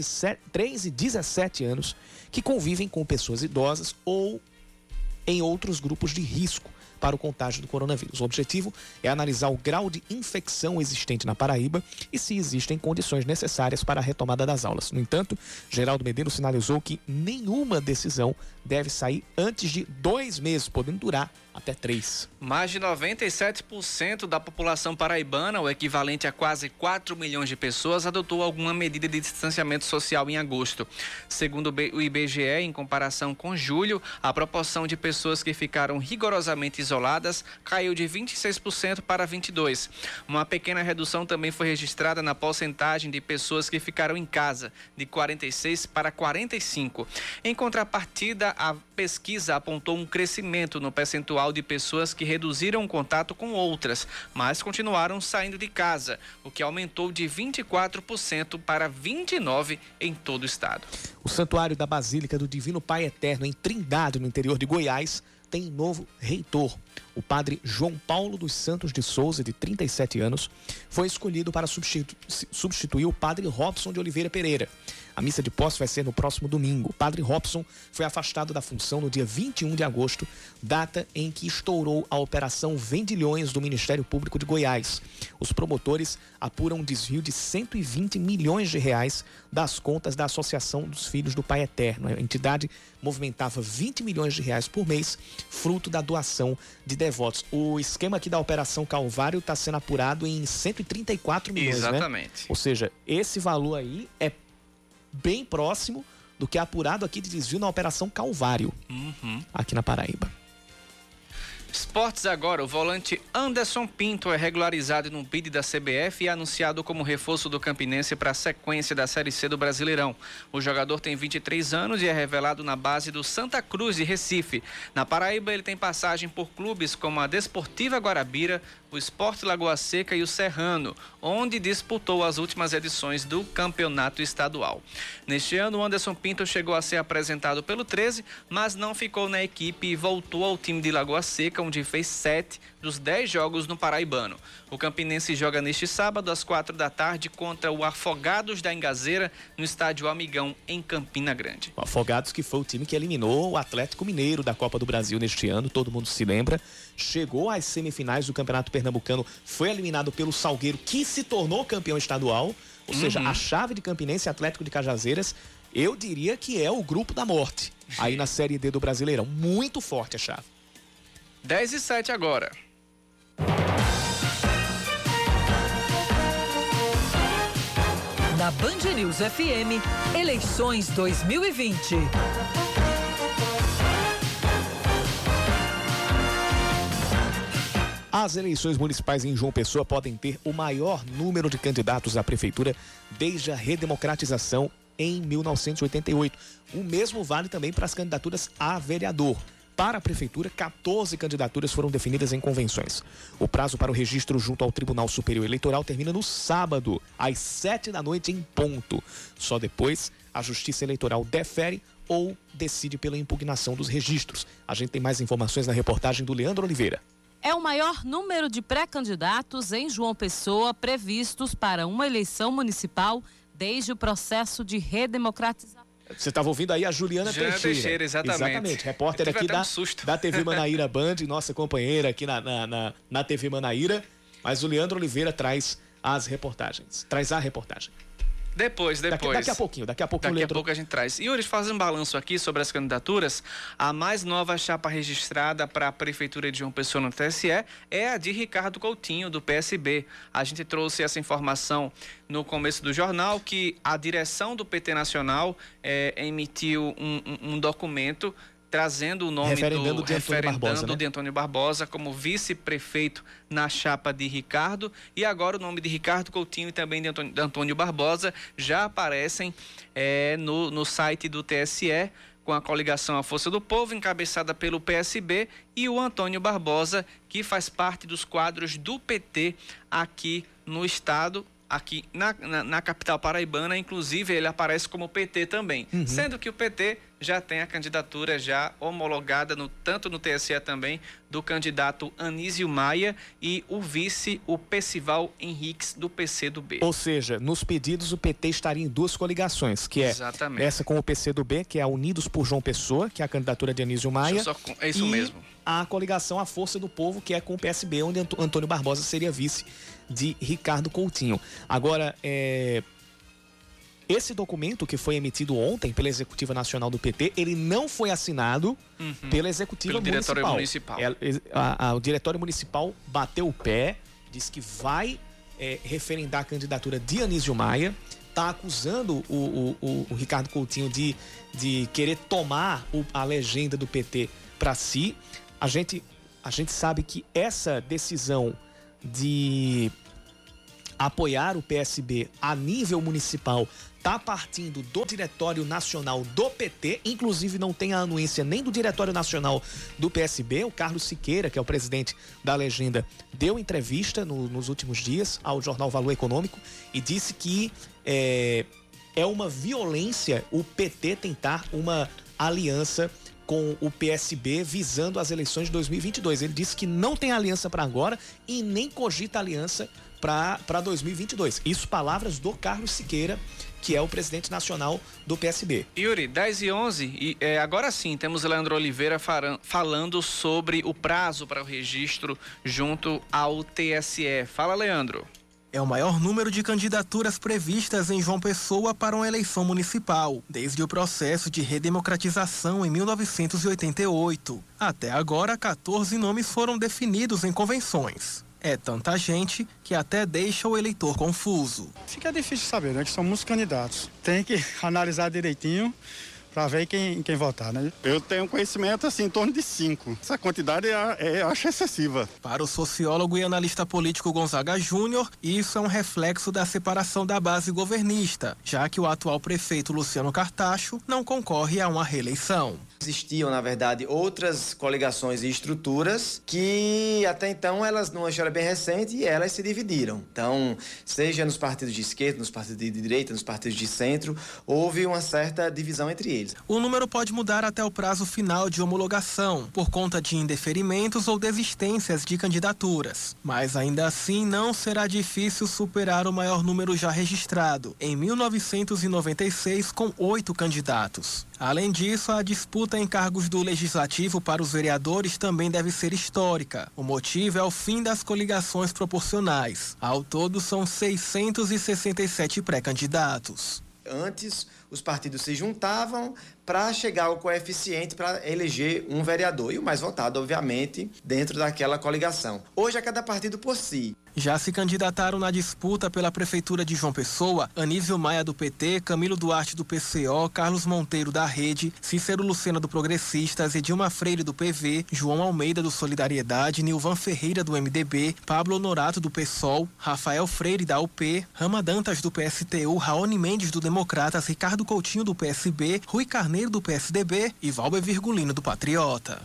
e dezessete anos que convivem com pessoas idosas ou em outros grupos de risco para o contágio do coronavírus. O objetivo é analisar o grau de infecção existente na Paraíba e se existem condições necessárias para a retomada das aulas. No entanto, Geraldo Medeiros sinalizou que nenhuma decisão deve sair antes de dois meses, podendo durar até três. Mais de noventa e sete por cento da população paraibana, o equivalente a quase quatro milhões de pessoas, adotou alguma medida de distanciamento social em agosto. Segundo o I B G E, em comparação com julho, a proporção de pessoas que ficaram rigorosamente isoladas caiu de vinte e seis por cento para vinte e dois por cento. Uma pequena redução também foi registrada na porcentagem de pessoas que ficaram em casa, de quarenta e seis por cento para quarenta e cinco por cento. Em contrapartida, a pesquisa apontou um crescimento no percentual de pessoas que reduziram o contato com outras, mas continuaram saindo de casa, o que aumentou de vinte e quatro por cento para vinte e nove por cento em todo o estado. O Santuário da Basílica do Divino Pai Eterno, em Trindade, no interior de Goiás, tem novo reitor. O padre João Paulo dos Santos de Souza, de trinta e sete anos, foi escolhido para substitu- substituir o padre Robson de Oliveira Pereira. A missa de posse vai ser no próximo domingo. O padre Robson foi afastado da função no dia vinte e um de agosto, data em que estourou a Operação Vendilhões do Ministério Público de Goiás. Os promotores apuram um desvio de cento e vinte milhões de reais das contas da Associação dos Filhos do Pai Eterno. A entidade movimentava vinte milhões de reais por mês, fruto da doação de devotos. O esquema aqui da Operação Calvário está sendo apurado em cento e trinta e quatro milhões, Exatamente. Né? Ou seja, esse valor aí é bem próximo do que é apurado aqui de desvio na Operação Calvário, uhum. aqui na Paraíba. Esportes agora, o volante Anderson Pinto é regularizado num bid da C B F e é anunciado como reforço do Campinense para a sequência da Série C do Brasileirão. O jogador tem vinte e três anos e é revelado na base do Santa Cruz de Recife. Na Paraíba, ele tem passagem por clubes como a Desportiva Guarabira, o Sport Lagoa Seca e o Serrano, onde disputou as últimas edições do campeonato estadual. Neste ano, o Anderson Pinto chegou a ser apresentado pelo treze, mas não ficou na equipe e voltou ao time de Lagoa Seca, onde fez sete dos dez jogos no Paraibano. O Campinense joga neste sábado, às quatro da tarde, contra o Afogados da Engazeira, no estádio Amigão, em Campina Grande. O Afogados, que foi o time que eliminou o Atlético Mineiro da Copa do Brasil neste ano, todo mundo se lembra, chegou às semifinais do Campeonato Pernambucano, foi eliminado pelo Salgueiro, que se tornou campeão estadual, ou uhum. seja, a chave de Campinense e Atlético de Cajazeiras, eu diria que é o grupo da morte, aí na Série D do Brasileirão, muito forte a chave. dez e sete agora. Na Band News F M, eleições dois mil e vinte. As eleições municipais em João Pessoa podem ter o maior número de candidatos à prefeitura desde a redemocratização em mil novecentos e oitenta e oito. O mesmo vale também para as candidaturas a vereador. Para a prefeitura, quatorze candidaturas foram definidas em convenções. O prazo para o registro junto ao Tribunal Superior Eleitoral termina no sábado, às sete da noite em ponto. Só depois, a Justiça Eleitoral defere ou decide pela impugnação dos registros. A gente tem mais informações na reportagem do Leandro Oliveira. É o maior número de pré-candidatos em João Pessoa previstos para uma eleição municipal desde o processo de redemocratização. Você estava ouvindo aí a Juliana, Juliana Teixeira. Teixeira, exatamente. Exatamente, repórter aqui da, um da T V Manaíra Band, nossa companheira aqui na, na, na, na T V Manaíra. Mas o Leandro Oliveira traz as reportagens, traz a reportagem. Depois, depois. Daqui, daqui a pouquinho, daqui a pouco Daqui Leandro... a pouco a gente traz. Yuri, fazendo um balanço aqui sobre as candidaturas, a mais nova chapa registrada para a Prefeitura de João Pessoa no T S E é a de Ricardo Coutinho, do P S B. A gente trouxe essa informação no começo do jornal, que a direção do P T Nacional é, emitiu um, um, um documento trazendo o nome referendando do de Antônio referendando Barbosa, né? de Antônio Barbosa como vice-prefeito na chapa de Ricardo, e agora o nome de Ricardo Coutinho e também de Antônio, de Antônio Barbosa já aparecem é, no, no site do T S E, com a coligação A Força do Povo, encabeçada pelo P S B, e o Antônio Barbosa, que faz parte dos quadros do P T aqui no estado, aqui na, na, na capital paraibana. Inclusive ele aparece como P T também, uhum. sendo que o P T já tem a candidatura já homologada, no, tanto no T S E também, do candidato Anísio Maia e o vice, o Percival Henriques, do P C do B. Ou seja, nos pedidos o P T estaria em duas coligações, que é Exatamente. essa com o P C do B, que é a Unidos por João Pessoa, que é a candidatura de Anísio Maia. Só, é isso e mesmo. A coligação A Força do Povo, que é com o P S B, onde Antônio Barbosa seria vice de Ricardo Coutinho. Agora, é... esse documento que foi emitido ontem pela Executiva Nacional do P T, ele não foi assinado uhum. pela Executiva Pelo Municipal. Municipal. É, a, a, o Diretório Municipal bateu o pé, disse que vai é, referendar a candidatura de Anísio Maia, está acusando o, o, o, o Ricardo Coutinho de, de querer tomar o, a legenda do P T para si. A gente, a gente sabe que essa decisão de apoiar o P S B a nível municipal está partindo do Diretório Nacional do P T, inclusive não tem a anuência nem do Diretório Nacional do P S B. O Carlos Siqueira, que é o presidente da legenda, deu entrevista no, nos últimos dias ao jornal Valor Econômico e disse que é, é uma violência o P T tentar uma aliança com o P S B visando as eleições de dois mil e vinte e dois. Ele disse que não tem aliança para agora e nem cogita aliança para dois mil e vinte e dois. Isso palavras do Carlos Siqueira, que é o presidente nacional do P S B. Yuri, dez e onze, e é, agora sim temos Leandro Oliveira falando sobre o prazo para o registro junto ao T S E. Fala, Leandro. É o maior número de candidaturas previstas em João Pessoa para uma eleição municipal, desde o processo de redemocratização em mil novecentos e oitenta e oito. Até agora, quatorze nomes foram definidos em convenções. É tanta gente que até deixa o eleitor confuso. Fica difícil saber, né? Que são muitos candidatos. Tem que analisar direitinho para ver quem, quem votar, né? Eu tenho conhecimento, assim, em torno de cinco. Essa quantidade é, é, eu acho excessiva. Para o sociólogo e analista político Gonzaga Júnior, isso é um reflexo da separação da base governista, já que o atual prefeito Luciano Cartacho não concorre a uma reeleição. Existiam, na verdade, outras coligações e estruturas que até então elas, numa história bem recente, elas se dividiram. Então, seja nos partidos de esquerda, nos partidos de direita, nos partidos de centro, houve uma certa divisão entre eles. O número pode mudar até o prazo final de homologação, por conta de indeferimentos ou desistências de candidaturas. Mas ainda assim não será difícil superar o maior número já registrado, em mil novecentos e noventa e seis, com oito candidatos. Além disso, a disputa em cargos do Legislativo para os vereadores também deve ser histórica. O motivo é o fim das coligações proporcionais. Ao todo, são seiscentos e sessenta e sete pré-candidatos. Antes, os partidos se juntavam para chegar ao coeficiente para eleger um vereador. E o mais votado, obviamente, dentro daquela coligação. Hoje é cada partido por si. Já se candidataram na disputa pela Prefeitura de João Pessoa, Anísio Maia do P T, Camilo Duarte do P C O, Carlos Monteiro da Rede, Cícero Lucena do Progressistas, Edilma Freire do P V, João Almeida do Solidariedade, Nilvan Ferreira do M D B, Pablo Honorato do P SOL, Rafael Freire da U P, Rama Dantas do P S T U, Raoni Mendes do Democratas, Ricardo Coutinho do P S B, Rui Carneiro do P S D B e Valber Virgulino do Patriota.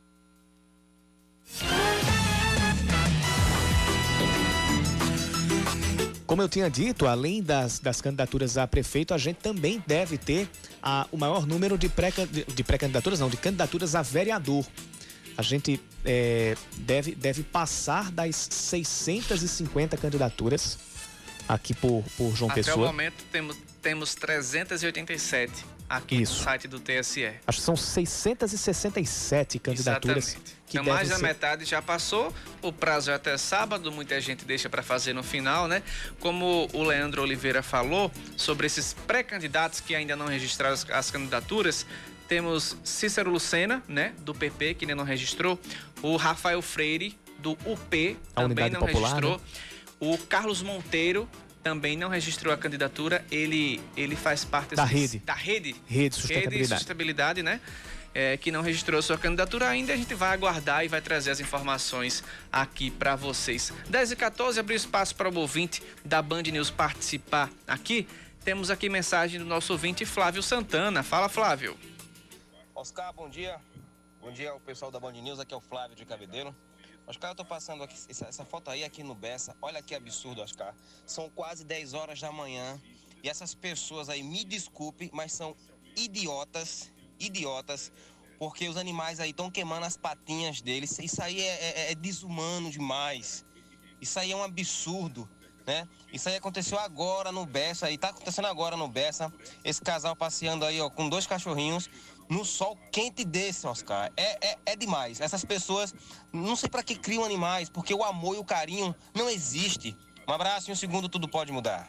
Como eu tinha dito, além das, das candidaturas a prefeito, a gente também deve ter a, o maior número de, pré, de pré-candidaturas, não, de candidaturas a vereador. A gente é, deve, deve passar das seiscentas e cinquenta candidaturas aqui por, por João Até Pessoa. Até o momento temos, temos trezentas e oitenta e sete aqui Isso. no site do T S E. Acho que são seiscentas e sessenta e sete candidaturas. Exatamente. Que então mais da ser... metade já passou, o prazo é até sábado, muita gente deixa para fazer no final, né? Como o Leandro Oliveira falou sobre esses pré-candidatos que ainda não registraram as, as candidaturas, temos Cícero Lucena, né, do P P, que ainda não registrou, o Rafael Freire, do U P, a também não Popular, registrou, né? O Carlos Monteiro também não registrou a candidatura, ele, ele faz parte da desse, rede. Da rede. Rede Sustentabilidade. Rede Sustentabilidade, né? É, que não registrou sua candidatura ainda, a gente vai aguardar e vai trazer as informações aqui para vocês. dez e quatorze, abriu espaço para o ouvinte da Band News participar aqui. Temos aqui mensagem do nosso ouvinte Flávio Santana. Fala, Flávio. Oscar, bom dia. Bom dia ao pessoal da Band News, aqui é o Flávio de Cabedelo. Oscar, eu tô passando aqui, essa, essa foto aí aqui no Bessa, olha que absurdo, Oscar. São quase dez horas da manhã e essas pessoas aí, me desculpe, mas são idiotas idiotas, porque os animais aí estão queimando as patinhas deles. Isso aí é, é, é desumano demais. Isso aí é um absurdo, né? Isso aí aconteceu agora no Bessa, aí tá acontecendo agora no Bessa. Esse casal passeando aí, ó, com dois cachorrinhos no sol quente desse, Oscar. É, é, é demais. Essas pessoas, não sei para que criam animais, porque o amor e o carinho não existe. Um abraço e um segundo, tudo pode mudar.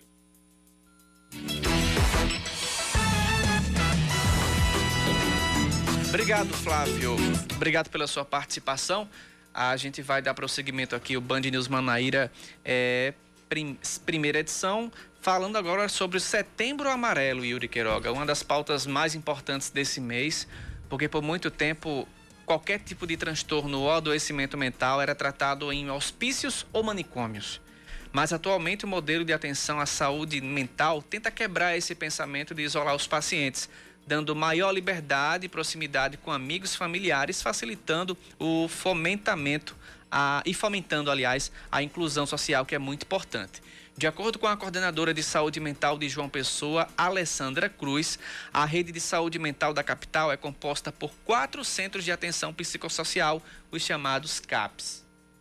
Obrigado, Flávio. Obrigado pela sua participação. A gente vai dar prosseguimento aqui, o Band News Manaíra, é, prim, primeira edição, falando agora sobre o Setembro Amarelo, Yuri Queiroga, uma das pautas mais importantes desse mês, porque por muito tempo qualquer tipo de transtorno ou adoecimento mental era tratado em hospícios ou manicômios. Mas atualmente o modelo de atenção à saúde mental tenta quebrar esse pensamento de isolar os pacientes, dando maior liberdade e proximidade com amigos e familiares, facilitando o fomentamento a, e fomentando, aliás, a inclusão social, que é muito importante. De acordo com a coordenadora de saúde mental de João Pessoa, Alessandra Cruz, a rede de saúde mental da capital é composta por quatro centros de atenção psicossocial, os chamados CAPs.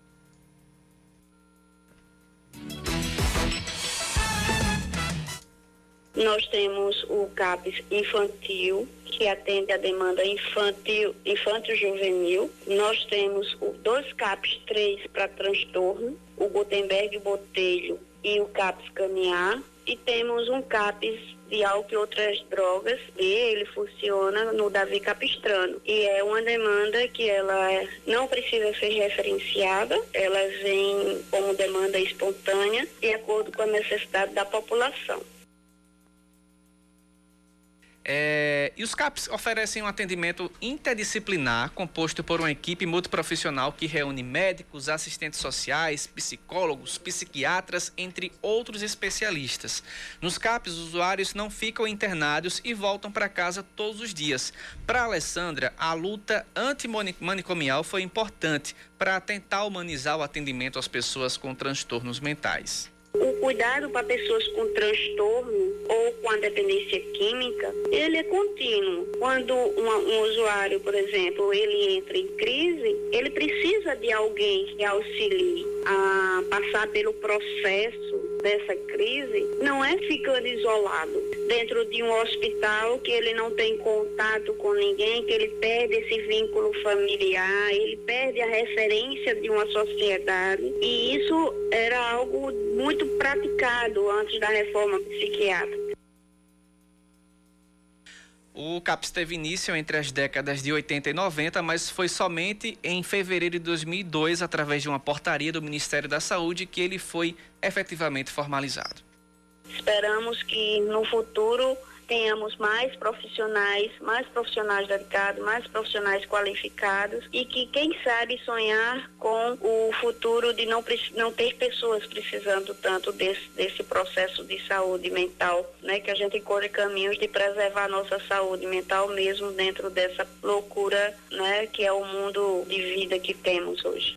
Nós temos o CAPS infantil, que atende a demanda infantil, infanto-juvenil. Nós temos o dois CAPS três para transtorno, o Gutenberg Botelho e o CAPS Caminhar. E temos um CAPS de álcool e outras drogas, e ele funciona no Davi Capistrano. E é uma demanda que ela não precisa ser referenciada, ela vem como demanda espontânea, de acordo com a necessidade da população. É, e os CAPs oferecem um atendimento interdisciplinar composto por uma equipe multiprofissional que reúne médicos, assistentes sociais, psicólogos, psiquiatras, entre outros especialistas. Nos CAPs, os usuários não ficam internados e voltam para casa todos os dias. Para a Alessandra, a luta antimanicomial foi importante para tentar humanizar o atendimento às pessoas com transtornos mentais. O cuidado para pessoas com transtorno ou com a dependência química, ele é contínuo. Quando uma, um usuário, por exemplo, ele entra em crise, ele precisa de alguém que auxilie a passar pelo processo dessa crise, não é ficando isolado dentro de um hospital que ele não tem contato com ninguém, que ele perde esse vínculo familiar, ele perde a referência de uma sociedade, e isso era algo muito praticado antes da reforma psiquiátrica. O CAPS teve início entre as décadas de oitenta e noventa, mas foi somente em fevereiro de dois mil e dois, através de uma portaria do Ministério da Saúde, que ele foi efetivamente formalizado. Esperamos que no futuro tenhamos mais profissionais, mais profissionais dedicados, mais profissionais qualificados, e que, quem sabe, sonhar com o futuro de não, não ter pessoas precisando tanto desse, desse processo de saúde mental, né? Que a gente encontre caminhos de preservar a nossa saúde mental mesmo dentro dessa loucura, né? Que é o mundo de vida que temos hoje.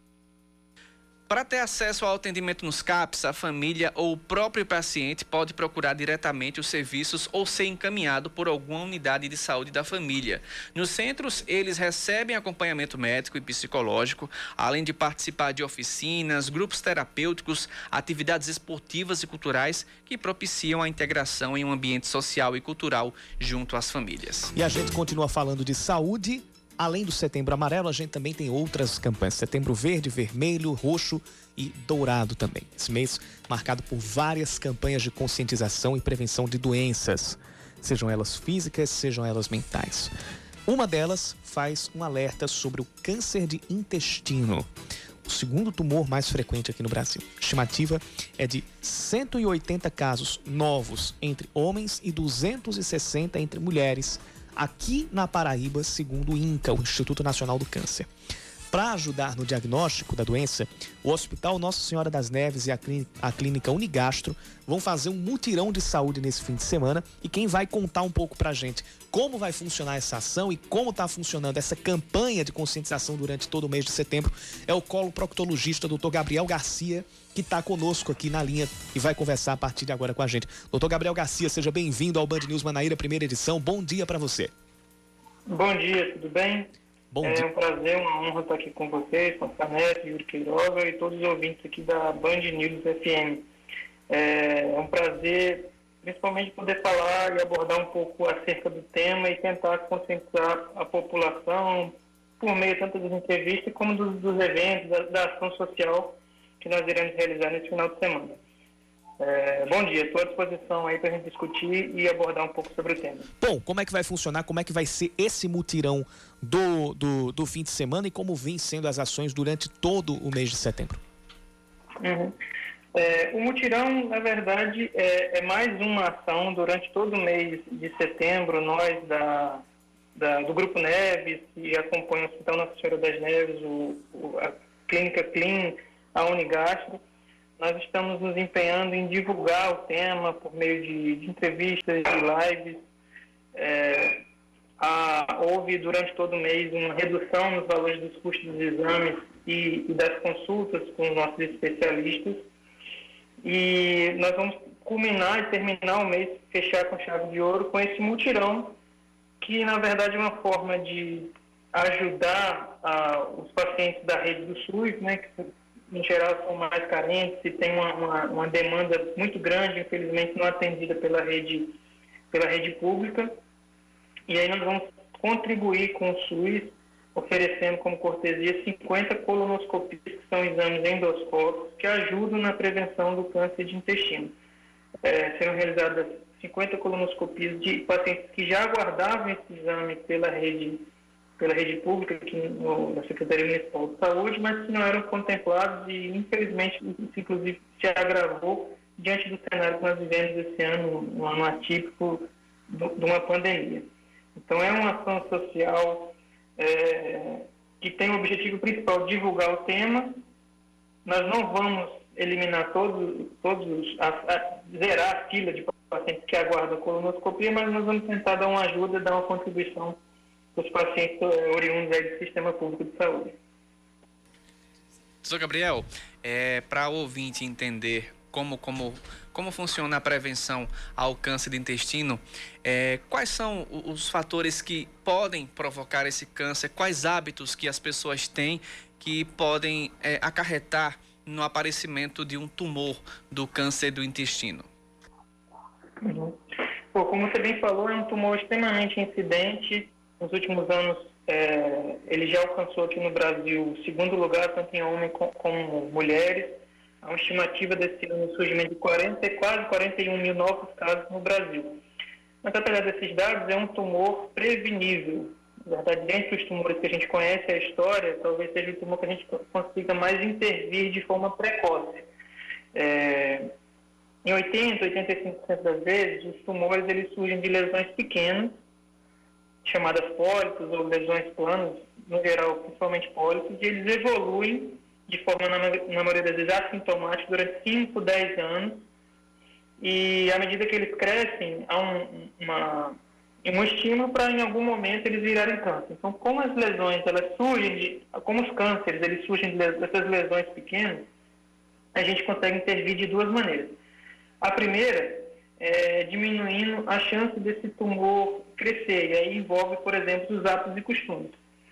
Para ter acesso ao atendimento nos CAPs, a família ou o próprio paciente pode procurar diretamente os serviços ou ser encaminhado por alguma unidade de saúde da família. Nos centros, eles recebem acompanhamento médico e psicológico, além de participar de oficinas, grupos terapêuticos, atividades esportivas e culturais que propiciam a integração em um ambiente social e cultural junto às famílias. E a gente continua falando de saúde. Além do Setembro Amarelo, a gente também tem outras campanhas. Setembro Verde, Vermelho, Roxo e Dourado também. Esse mês marcado por várias campanhas de conscientização e prevenção de doenças, sejam elas físicas, sejam elas mentais. Uma delas faz um alerta sobre o câncer de intestino, o segundo tumor mais frequente aqui no Brasil. A estimativa é de cento e oitenta casos novos entre homens e duzentos e sessenta entre mulheres, aqui na Paraíba, segundo o INCA, o Instituto Nacional do Câncer. Para ajudar no diagnóstico da doença, o Hospital Nossa Senhora das Neves e a Clínica, a Clínica Unigastro vão fazer um mutirão de saúde nesse fim de semana, e quem vai contar um pouco para a gente como vai funcionar essa ação e como está funcionando essa campanha de conscientização durante todo o mês de setembro é o coloproctologista doutor Gabriel Garcia, que está conosco aqui na linha e vai conversar a partir de agora com a gente. doutor Gabriel Garcia, seja bem-vindo ao Band News Manaíra, primeira edição. Bom dia para você. Bom dia, tudo bem? Bom é dia. um prazer, uma honra estar aqui com vocês, com a Sanete, Yuri Queiroga e todos os ouvintes aqui da Band News F M. É um prazer, principalmente, poder falar e abordar um pouco acerca do tema e tentar conscientizar a população por meio tanto das entrevistas como dos, dos eventos, da, da ação social que nós iremos realizar nesse final de semana. É, bom dia, estou à disposição aí para a gente discutir e abordar um pouco sobre o tema. Bom, como é que vai funcionar, como é que vai ser esse mutirão do, do, do fim de semana e como vêm sendo as ações durante todo o mês de setembro? Uhum. É, o mutirão, na verdade, é, é mais uma ação durante todo o mês de setembro. Nós da, da, do Grupo Neves, que acompanha o Hospital Nossa Senhora das Neves, o, o, a Clínica Clean, a Unigastro, nós estamos nos empenhando em divulgar o tema por meio de, de entrevistas, de lives. É, a, houve durante todo o mês uma redução nos valores dos custos dos exames e, e das consultas com os nossos especialistas. E nós vamos culminar e terminar o mês, fechar com chave de ouro, com esse mutirão, que na verdade é uma forma de ajudar ah, os pacientes da rede do SUS, né, que em geral são mais carentes e tem uma, uma, uma demanda muito grande, infelizmente não atendida pela rede, pela rede pública. E aí nós vamos contribuir com o SUS, oferecendo como cortesia cinquenta colonoscopias, que são exames endoscópicos, que ajudam na prevenção do câncer de intestino. É, serão realizadas cinquenta colonoscopias de pacientes que já aguardavam esse exame pela rede, pela rede pública, aqui no, na Secretaria Municipal de Saúde, mas que não eram contemplados e, infelizmente, isso inclusive se agravou diante do cenário que nós vivemos esse ano, um ano atípico do, de uma pandemia. Então, é uma ação social é, que tem o objetivo principal de divulgar o tema. Nós não vamos eliminar todos, todos a, a, zerar a fila de pacientes que aguardam a colonoscopia, mas nós vamos tentar dar uma ajuda, dar uma contribuição para os pacientes oriundos aí do Sistema Público de Saúde. Doutor Gabriel, é, para o ouvinte entender como, como, como funciona a prevenção ao câncer de intestino, é, quais são os fatores que podem provocar esse câncer, quais hábitos que as pessoas têm que podem é, acarretar no aparecimento de um tumor do câncer do intestino? Uhum. Pô, como você bem falou, é um tumor extremamente incidente. Nos últimos anos, é, ele já alcançou aqui no Brasil o segundo lugar, tanto em homens como mulheres. Há uma estimativa desse ano no surgimento de quarenta, quase quarenta e um mil novos casos no Brasil. Mas, apesar desses dados, é um tumor prevenível. Na verdade, dentre os tumores que a gente conhece a história, talvez seja o tumor que a gente consiga mais intervir de forma precoce. É, em oitenta, oitenta e cinco por cento das vezes, os tumores eles surgem de lesões pequenas, chamadas pólipos ou lesões planas, no geral, principalmente pólipos, e eles evoluem de forma, na, na maioria das vezes, assintomática durante cinco, dez anos, e à medida que eles crescem, há um, uma, um estímulo para, em algum momento, eles virarem câncer. Então, como as lesões, elas surgem, de, como os cânceres, eles surgem dessas lesões pequenas, a gente consegue intervir de duas maneiras. A primeira é diminuindo a chance desse tumor crescer, e aí envolve, por exemplo, os hábitos e costumes.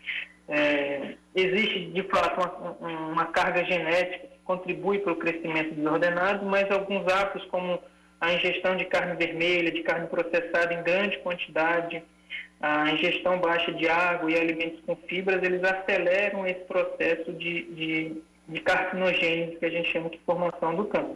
É, existe, de fato, uma, uma carga genética que contribui para o crescimento desordenado, mas alguns hábitos, como a ingestão de carne vermelha, de carne processada em grande quantidade, a ingestão baixa de água e alimentos com fibras, eles aceleram esse processo de, de, de carcinogênese, que a gente chama de formação do câncer.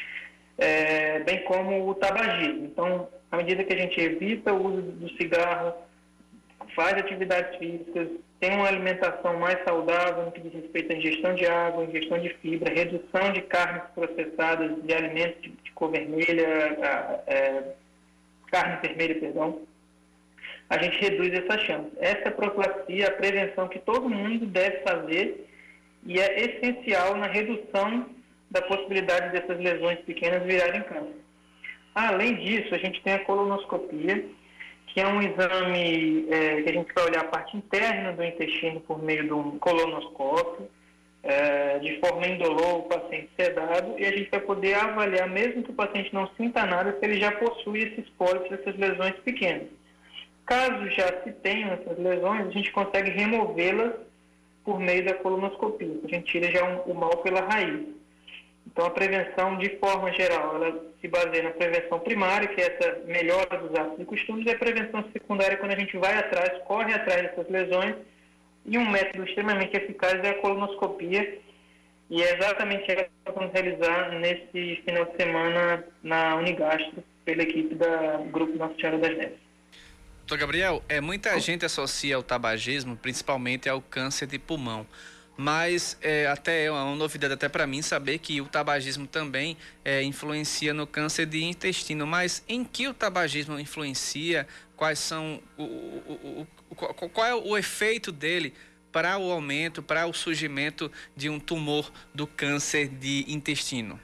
É, bem como o tabagismo. Então, à medida que a gente evita o uso do cigarro, faz atividades físicas, tem uma alimentação mais saudável no que diz respeito à ingestão de água, ingestão de fibra, redução de carnes processadas, de alimentos de, de cor vermelha, a, é, carne vermelha, perdão, a gente reduz essa chance. Essa profilaxia, a prevenção que todo mundo deve fazer e é essencial na redução da possibilidade dessas lesões pequenas virarem câncer. Além disso, a gente tem a colonoscopia, que é um exame é, que a gente vai olhar a parte interna do intestino por meio de um colonoscópio, é, de forma indolor, o paciente sedado, e a gente vai poder avaliar, mesmo que o paciente não sinta nada, se ele já possui esses pólipos, essas lesões pequenas. Caso já se tenham essas lesões, a gente consegue removê-las por meio da colonoscopia. A gente tira já um, o mal pela raiz. Então, a prevenção, de forma geral, ela se baseia na prevenção primária, que é essa melhora dos hábitos e costumes, e a prevenção secundária, quando a gente vai atrás, corre atrás dessas lesões, e um método extremamente eficaz é a colonoscopia, e é exatamente ela que nós vamos realizar nesse final de semana na Unigastro, pela equipe do Grupo Nossa Senhora das Neves. Doutor Gabriel, é, muita gente associa o tabagismo principalmente ao câncer de pulmão. Mas é, até é uma novidade até para mim saber que o tabagismo também é, influencia no câncer de intestino. Mas em que o tabagismo influencia? Quais são o, o, o, o, qual é o efeito dele para o aumento, para o surgimento de um tumor do câncer de intestino?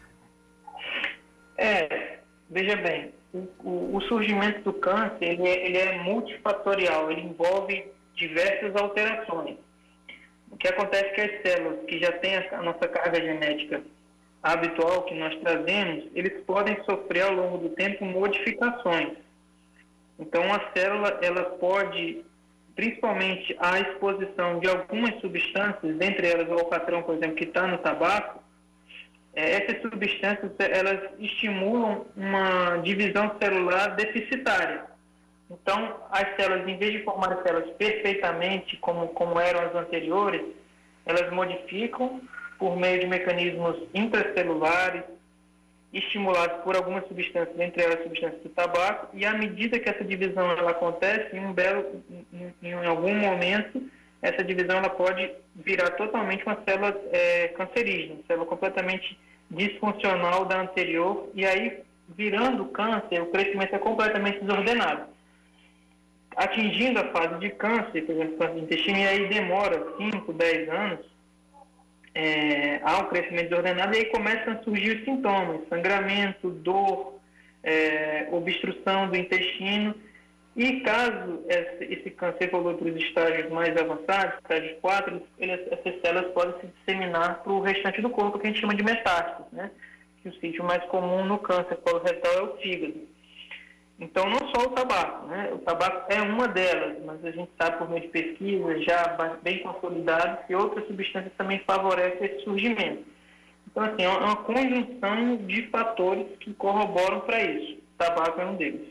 É, veja bem, o, o, o surgimento do câncer ele é, ele é multifatorial, ele envolve diversas alterações. O que acontece é que as células que já têm a nossa carga genética habitual que nós trazemos, eles podem sofrer ao longo do tempo modificações. Então, a célula ela pode, principalmente à exposição de algumas substâncias, dentre elas o alcatrão, por exemplo, que está no tabaco, é, essas substâncias elas estimulam uma divisão celular deficitária. Então, as células, em vez de formar células perfeitamente como, como eram as anteriores, elas modificam por meio de mecanismos intracelulares, estimulados por algumas substâncias, entre elas substâncias do tabaco, e à medida que essa divisão ela acontece, em um belo, em, em algum momento, essa divisão ela pode virar totalmente uma célula é, cancerígena, uma célula completamente disfuncional da anterior, e aí, virando câncer, o crescimento é completamente desordenado. Atingindo a fase de câncer, por exemplo, câncer de intestino, e aí demora cinco, dez anos, é, há um crescimento desordenado, e aí começam a surgir os sintomas, sangramento, dor, é, obstrução do intestino, e caso esse, esse câncer evolua para os estágios mais avançados, estágio quatro, eles, essas células podem se disseminar para o restante do corpo, que a gente chama de metástase, né? Que o sítio mais comum no câncer coloretal é o fígado. Então, não só o tabaco, né? O tabaco é uma delas, mas a gente sabe por meio de pesquisas já bem consolidadas que outras substâncias também favorecem esse surgimento. Então, assim, é uma conjunção de fatores que corroboram para isso. O tabaco é um deles.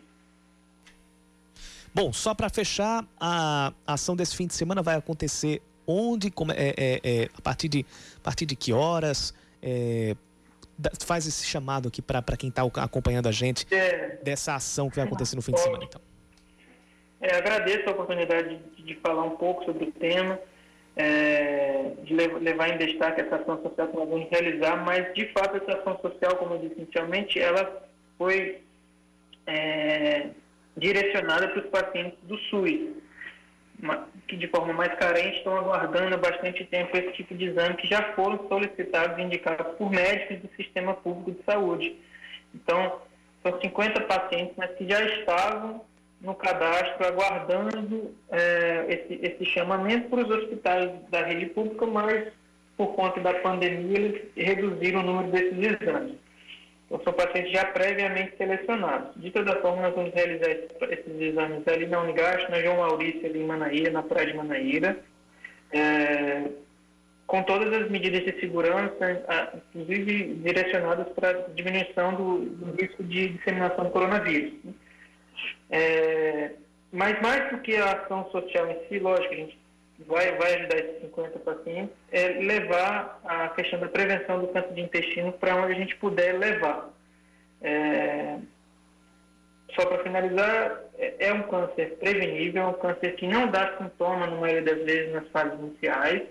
Bom, só para fechar, a ação desse fim de semana vai acontecer onde, como, é, é, é, a, partir de, a partir de que horas? É, faz esse chamado aqui para quem está acompanhando a gente é, dessa ação que vai acontecer no fim de semana, então. É, agradeço a oportunidade de, de falar um pouco sobre o tema, é, de levar em destaque essa ação social que nós vamos realizar, mas, de fato, essa ação social, como eu disse inicialmente, ela foi é, direcionada para os pacientes do SUS, que de forma mais carente estão aguardando há bastante tempo esse tipo de exame, que já foram solicitados e indicados por médicos do sistema público de saúde. Então, são cinquenta pacientes, mas que já estavam no cadastro aguardando é, esse, esse chamamento para os hospitais da rede pública, mas por conta da pandemia eles reduziram o número desses exames. Então, são pacientes já previamente selecionados. De toda forma, nós vamos realizar esses exames ali na Unigastro, na João Maurício, ali em Manaíra, na Praia de Manaíra, é, com todas as medidas de segurança, inclusive direcionadas para a diminuição do, do risco de disseminação do coronavírus. É, mas mais do que a ação social em si, lógico, a gente vai, vai ajudar esses cinquenta pacientes, é levar a questão da prevenção do câncer de intestino para onde a gente puder levar. É, só para finalizar, é, é um câncer prevenível, é um câncer que não dá sintoma, na maioria das vezes, nas fases iniciais,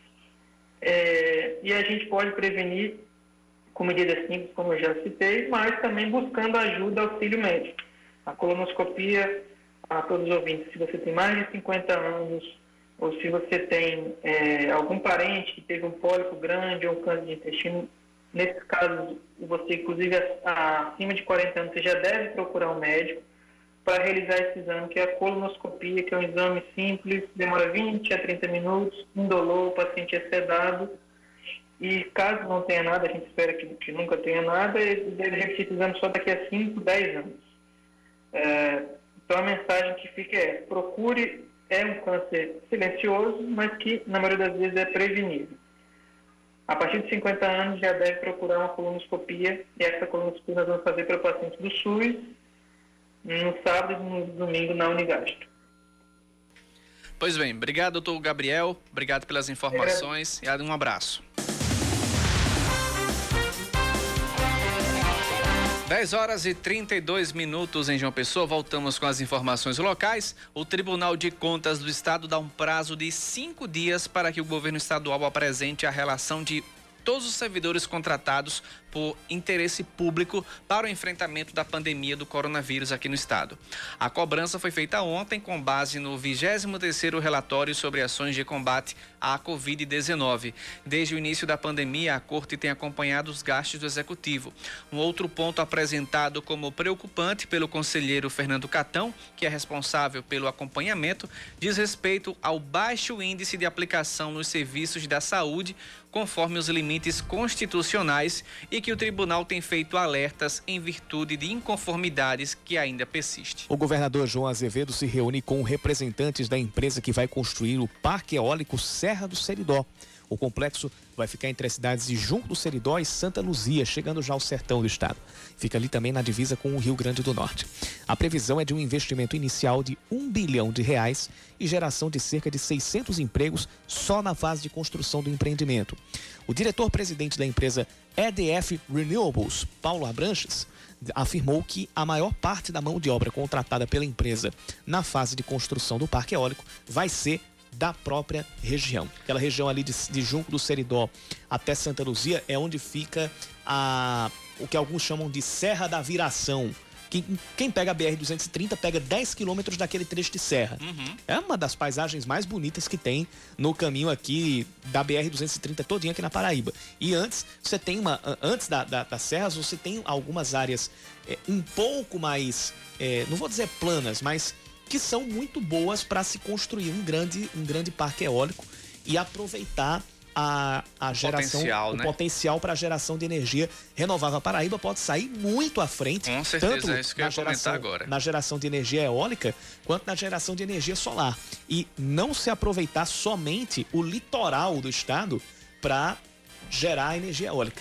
é, e a gente pode prevenir com medidas simples, como eu já citei, mas também buscando ajuda, auxílio médico. A colonoscopia, a todos os ouvintes, se você tem mais de cinquenta anos, ou se você tem é, algum parente que teve um pólipo grande ou um câncer de intestino, nesses casos, você, inclusive, acima de quarenta anos, você já deve procurar um médico para realizar esse exame, que é a colonoscopia, que é um exame simples, demora vinte a trinta minutos, indolor, o paciente é sedado, e caso não tenha nada, a gente espera que, que nunca tenha nada, ele deve repetir esse exame só daqui a cinco, dez anos. É, Então a mensagem que fica é: procure, é um câncer silencioso, mas que na maioria das vezes é prevenível. A partir de cinquenta anos já deve procurar uma colonoscopia, e essa colonoscopia nós vamos fazer para pacientes do SUS no sábado e no domingo na Unigasto. Pois bem, obrigado, doutor Gabriel, obrigado pelas informações é. e um abraço. dez horas e trinta e dois minutos em João Pessoa, voltamos com as informações locais. O Tribunal de Contas do Estado dá um prazo de cinco dias para que o governo estadual apresente a relação de todos os servidores contratados por interesse público para o enfrentamento da pandemia do coronavírus aqui no estado. A cobrança foi feita ontem com base no vigésimo terceiro relatório sobre ações de combate à covid dezenove. Desde o início da pandemia, a Corte tem acompanhado os gastos do Executivo. Um outro ponto apresentado como preocupante pelo conselheiro Fernando Catão, que é responsável pelo acompanhamento, diz respeito ao baixo índice de aplicação nos serviços da saúde, conforme os limites constitucionais, e que o tribunal tem feito alertas em virtude de inconformidades que ainda persistem. O governador João Azevedo se reúne com representantes da empresa que vai construir o Parque Eólico Serra do Seridó. O complexo vai ficar entre as cidades de Junco do Seridó e Santa Luzia, chegando já ao sertão do estado. Fica ali também na divisa com o Rio Grande do Norte. A previsão é de um investimento inicial de um bilhão de reais e geração de cerca de seiscentos empregos só na fase de construção do empreendimento. O diretor-presidente da empresa E D F Renewables, Paulo Abranches, afirmou que a maior parte da mão de obra contratada pela empresa na fase de construção do parque eólico vai ser da própria região. Aquela região ali de, de Junco do Seridó até Santa Luzia é onde fica a, o que alguns chamam de Serra da Viração. Quem, quem pega a B R duzentos e trinta pega dez quilômetros daquele trecho de serra. Uhum. É uma das paisagens mais bonitas que tem no caminho aqui da B R duzentos e trinta todinha aqui na Paraíba. E antes, você tem uma, antes da, da, das serras, você tem algumas áreas é, um pouco mais, é, não vou dizer planas, mas que são muito boas para se construir um grande, um grande parque eólico e aproveitar a, a geração, potencial, o né? potencial para a geração de energia renovável. A Paraíba pode sair muito à frente, com certeza, tanto é isso que eu ia comentar agora, na geração de energia eólica, quanto na geração de energia solar. E não se aproveitar somente o litoral do estado para gerar energia eólica.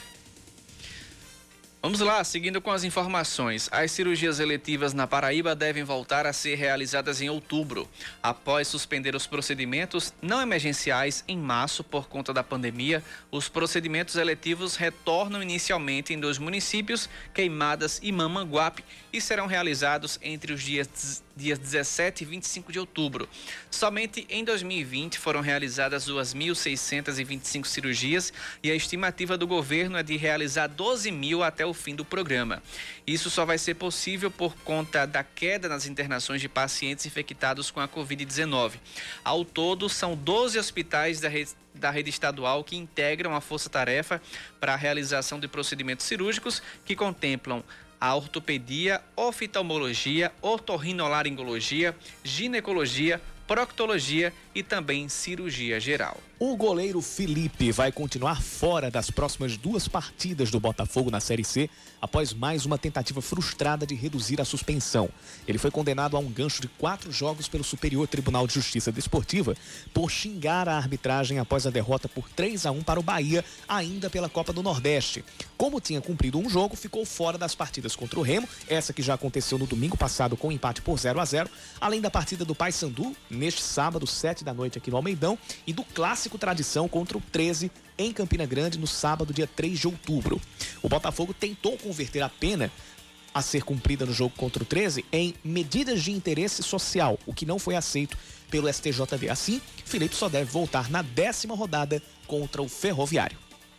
Vamos lá, seguindo com as informações. As cirurgias eletivas na Paraíba devem voltar a ser realizadas em outubro. Após suspender os procedimentos não emergenciais em março por conta da pandemia, os procedimentos eletivos retornam inicialmente em dois municípios, Queimadas e Mamanguape, e serão realizados entre os dias, dias dezessete e vinte e cinco de outubro. Somente em dois mil e vinte foram realizadas duas mil seiscentas e vinte e cinco cirurgias e a estimativa do governo é de realizar doze mil até o fim do programa. Isso só vai ser possível por conta da queda nas internações de pacientes infectados com a covid dezenove. Ao todo, são doze hospitais da rede, da rede estadual que integram a força-tarefa para a realização de procedimentos cirúrgicos que contemplam a ortopedia, oftalmologia, otorrinolaringologia, ginecologia, proctologia e também cirurgia geral. O goleiro Felipe vai continuar fora das próximas duas partidas do Botafogo na Série C após mais uma tentativa frustrada de reduzir a suspensão. Ele foi condenado a um gancho de quatro jogos pelo Superior Tribunal de Justiça Desportiva por xingar a arbitragem após a derrota por três a um para o Bahia, ainda pela Copa do Nordeste. Como tinha cumprido um jogo, ficou fora das partidas contra o Remo, essa que já aconteceu no domingo passado com um empate por zero a zero, além da partida do Paysandu, neste sábado, sete da noite aqui no Almeidão, e do clássico Tradição contra o treze em Campina Grande no sábado, dia três de outubro. O Botafogo tentou converter a pena a ser cumprida no jogo contra o treze em medidas de interesse social, o que não foi aceito pelo S T J D. Assim, Felipe só deve voltar na décima rodada contra o Ferroviário.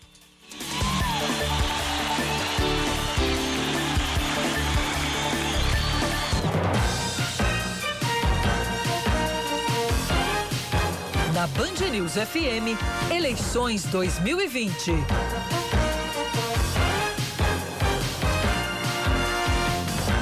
Na Band News F M, eleições dois mil e vinte.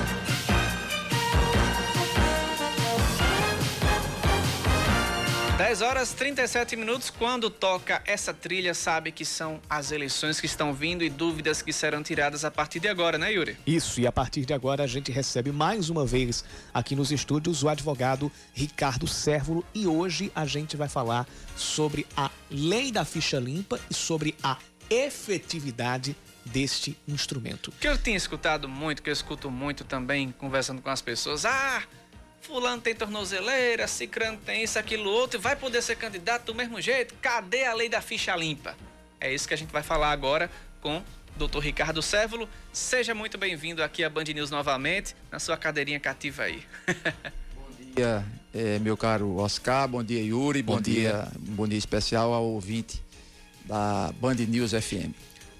dez dez horas e trinta e sete minutos, quando toca essa trilha, sabe que são as eleições que estão vindo e dúvidas que serão tiradas a partir de agora, né, Yuri? Isso, e a partir de agora a gente recebe mais uma vez aqui nos estúdios o advogado Ricardo Cérvulo, e hoje a gente vai falar sobre a lei da ficha limpa e sobre a efetividade deste instrumento. Que eu tinha escutado muito, que eu escuto muito também, conversando com as pessoas, ah... fulano tem tornozeleira, cicrano tem isso, aquilo, outro, vai poder ser candidato do mesmo jeito? Cadê a lei da ficha limpa? É isso que a gente vai falar agora com o doutor Ricardo Cérvulo. Seja muito bem-vindo aqui à Band News novamente, na sua cadeirinha cativa aí. Bom dia, é, meu caro Oscar, bom dia, Yuri, bom, bom dia, dia, bom dia especial ao ouvinte da Band News F M.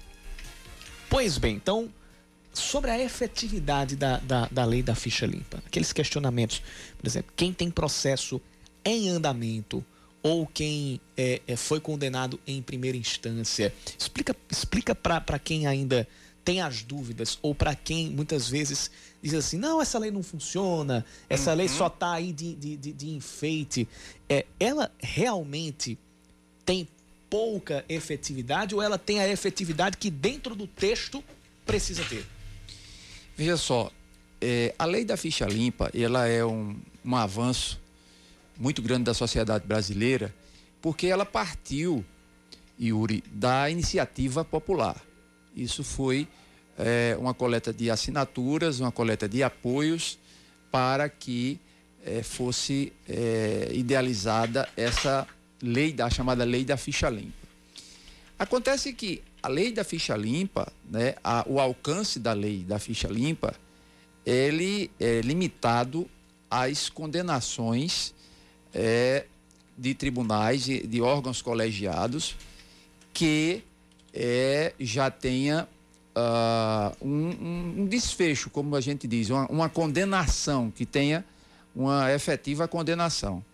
Pois bem, então... sobre a efetividade da, da, da lei da ficha limpa, aqueles questionamentos, por exemplo, quem tem processo em andamento ou quem é, é, foi condenado em primeira instância, explica, explica para quem ainda tem as dúvidas ou para quem muitas vezes diz assim, não, essa lei não funciona, essa uhum. lei só está aí de, de, de, de enfeite, é, ela realmente tem pouca efetividade ou ela tem a efetividade que dentro do texto precisa ter? Veja só, é, a lei da ficha limpa, ela é um, um avanço muito grande da sociedade brasileira, porque ela partiu, Yuri, da iniciativa popular. Isso foi é, uma coleta de assinaturas, uma coleta de apoios para que é, fosse é, idealizada essa lei, da chamada lei da ficha limpa. Acontece que a lei da ficha limpa, né, a, o alcance da lei da ficha limpa, ele é limitado às condenações é, de tribunais, de, de órgãos colegiados que é, já tenha uh, um, um desfecho, como a gente diz, uma, uma condenação, que tenha uma efetiva condenação.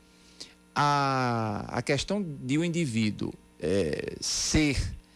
A, a questão de o indivíduo é, ser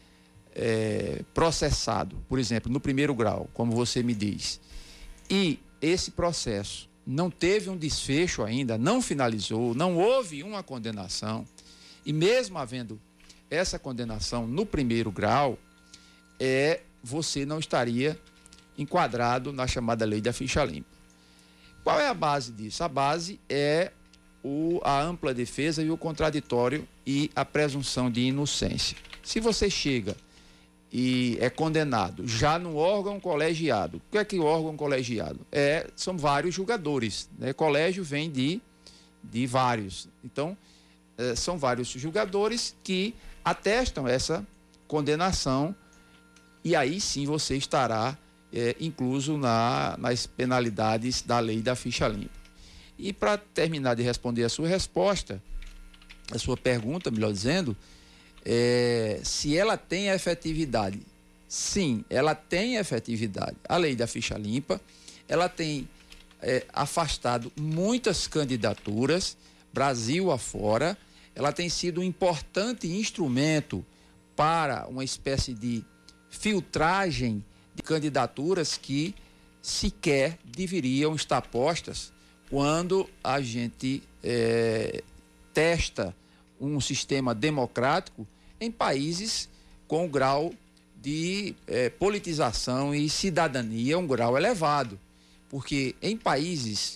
É, processado, por exemplo, no primeiro grau, como você me diz, e esse processo não teve um desfecho ainda, não finalizou, não houve uma condenação, e mesmo havendo essa condenação no primeiro grau, é, você não estaria enquadrado na chamada lei da ficha limpa. Qual é a base disso? A base é o, a ampla defesa e o contraditório e a presunção de inocência. Se você chega e é condenado já no órgão colegiado. O que é que o órgão colegiado? É, são vários julgadores, né? Colégio vem de, de vários. Então, é, são vários julgadores que atestam essa condenação e aí sim você estará é, incluso na, nas penalidades da lei da ficha limpa. E para terminar de responder a sua resposta, a sua pergunta, melhor dizendo, É, se ela tem efetividade, sim, ela tem efetividade. A lei da ficha limpa, ela tem é, afastado muitas candidaturas, Brasil afora, ela tem sido um importante instrumento para uma espécie de filtragem de candidaturas que sequer deveriam estar postas quando a gente é, testa um sistema democrático em países com grau de eh, politização e cidadania, um grau elevado. Porque em países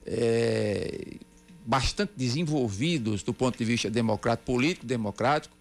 eh, bastante desenvolvidos do ponto de vista democrático, político democrático,